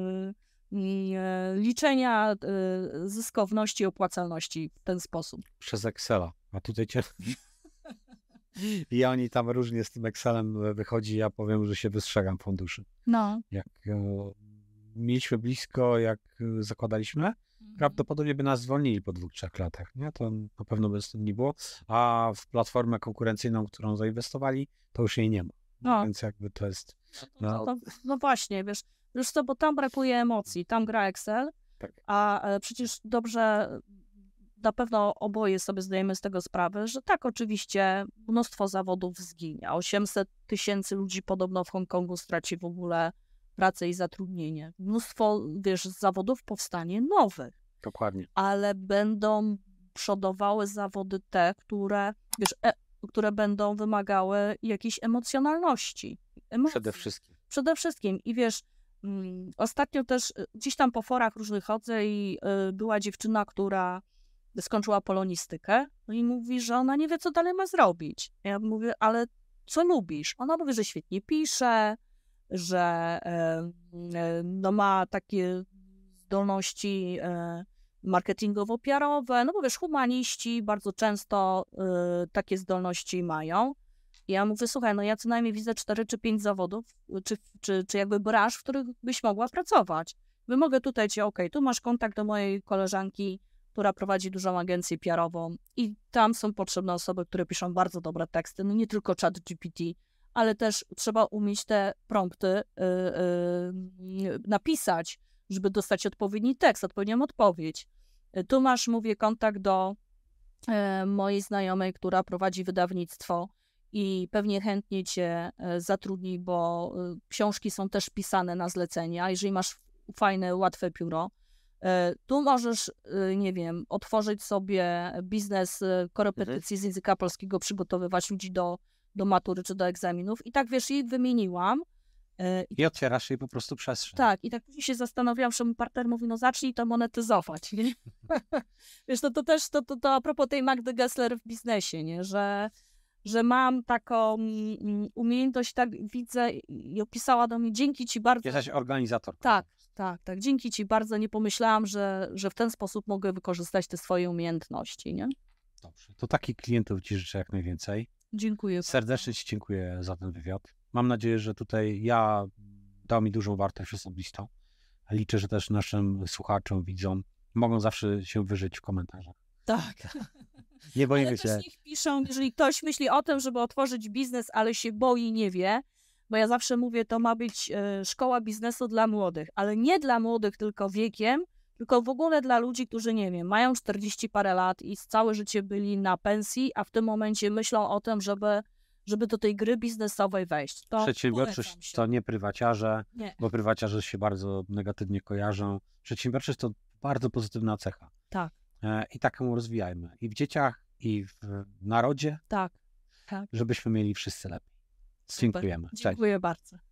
liczenia zyskowności i opłacalności w ten sposób. Przez Excela. A tutaj cię... I oni tam różnie z tym Excelem wychodzi, ja powiem, że się wystrzegam funduszy. No. Jak mieliśmy blisko, jak zakładaliśmy, prawdopodobnie by nas zwolnili po 2-3 latach, nie? To na pewno by z tym nie było, a w platformę konkurencyjną, którą zainwestowali, to już jej nie ma. No. Więc jakby to jest... No właśnie, wiesz co, bo tam brakuje emocji, tam gra Excel, Tak. A przecież dobrze, na pewno oboje sobie zdajemy z tego sprawę, że tak, oczywiście mnóstwo zawodów zginie. 800 000 ludzi podobno w Hongkongu straci w ogóle pracę i zatrudnienie. Mnóstwo, wiesz, zawodów powstanie nowych. Dokładnie. Ale będą przodowały zawody te, które, wiesz, które będą wymagały jakiejś emocjonalności. Przede wszystkim. Przede wszystkim. I wiesz, ostatnio też gdzieś tam po forach różnych chodzę i była dziewczyna, która skończyła polonistykę, no i mówi, że ona nie wie, co dalej ma zrobić. Ja mówię, ale co lubisz? Ona mówi, że świetnie pisze, że no ma takie zdolności marketingowo-PR-owe, no bo wiesz, humaniści bardzo często takie zdolności mają. I ja mówię, słuchaj, no ja co najmniej widzę 4 czy 5 zawodów, czy jakby branż, w których byś mogła pracować. Mogę tutaj tu masz kontakt do mojej koleżanki, która prowadzi dużą agencję PR-ową i tam są potrzebne osoby, które piszą bardzo dobre teksty, no nie tylko ChatGPT, ale też trzeba umieć te prompty napisać, żeby dostać odpowiedni tekst, odpowiednią odpowiedź. Tu masz, mówię, kontakt do mojej znajomej, która prowadzi wydawnictwo i pewnie chętnie cię zatrudni, bo książki są też pisane na zlecenia. Jeżeli masz fajne, łatwe pióro, tu możesz, nie wiem, otworzyć sobie biznes korepetycji z języka polskiego, przygotowywać ludzi do matury czy do egzaminów. I tak, wiesz, jej wymieniłam. I otwierasz jej po prostu przestrzeń. Tak, i tak później się zastanawiałam, że mój partner mówi, no zacznij to monetyzować, nie? Wiesz, to też, to a propos tej Magdy Gessler w biznesie, nie? Że mam taką umiejętność, tak widzę i opisała do mnie, dzięki ci bardzo. Jesteś organizator. Tak, dzięki ci bardzo, nie pomyślałam, że w ten sposób mogę wykorzystać te swoje umiejętności, nie? Dobrze, to takich klientów ci życzę jak najwięcej. Dziękuję. Serdecznie ci dziękuję za ten wywiad. Mam nadzieję, że tutaj dał mi dużą wartość osobistą. Liczę, że też naszym słuchaczom, widzom mogą zawsze się wyżyć w komentarzach. Tak. Nie boimy ale się. też niech piszą, jeżeli ktoś myśli o tym, żeby otworzyć biznes, ale się boi i nie wie, bo ja zawsze mówię, to ma być szkoła biznesu dla młodych, ale nie dla młodych tylko wiekiem, tylko w ogóle dla ludzi, którzy, nie wiem, mają 40 parę lat i całe życie byli na pensji, a w tym momencie myślą o tym, żeby do tej gry biznesowej wejść. To przedsiębiorczość to nie prywaciarze, nie. Bo prywaciarze się bardzo negatywnie kojarzą. Przedsiębiorczość to bardzo pozytywna cecha. Tak. I taką rozwijajmy. I w dzieciach, i w narodzie. Tak. Żebyśmy mieli wszyscy lepiej. Super. Dziękujemy. Dziękuję bardzo.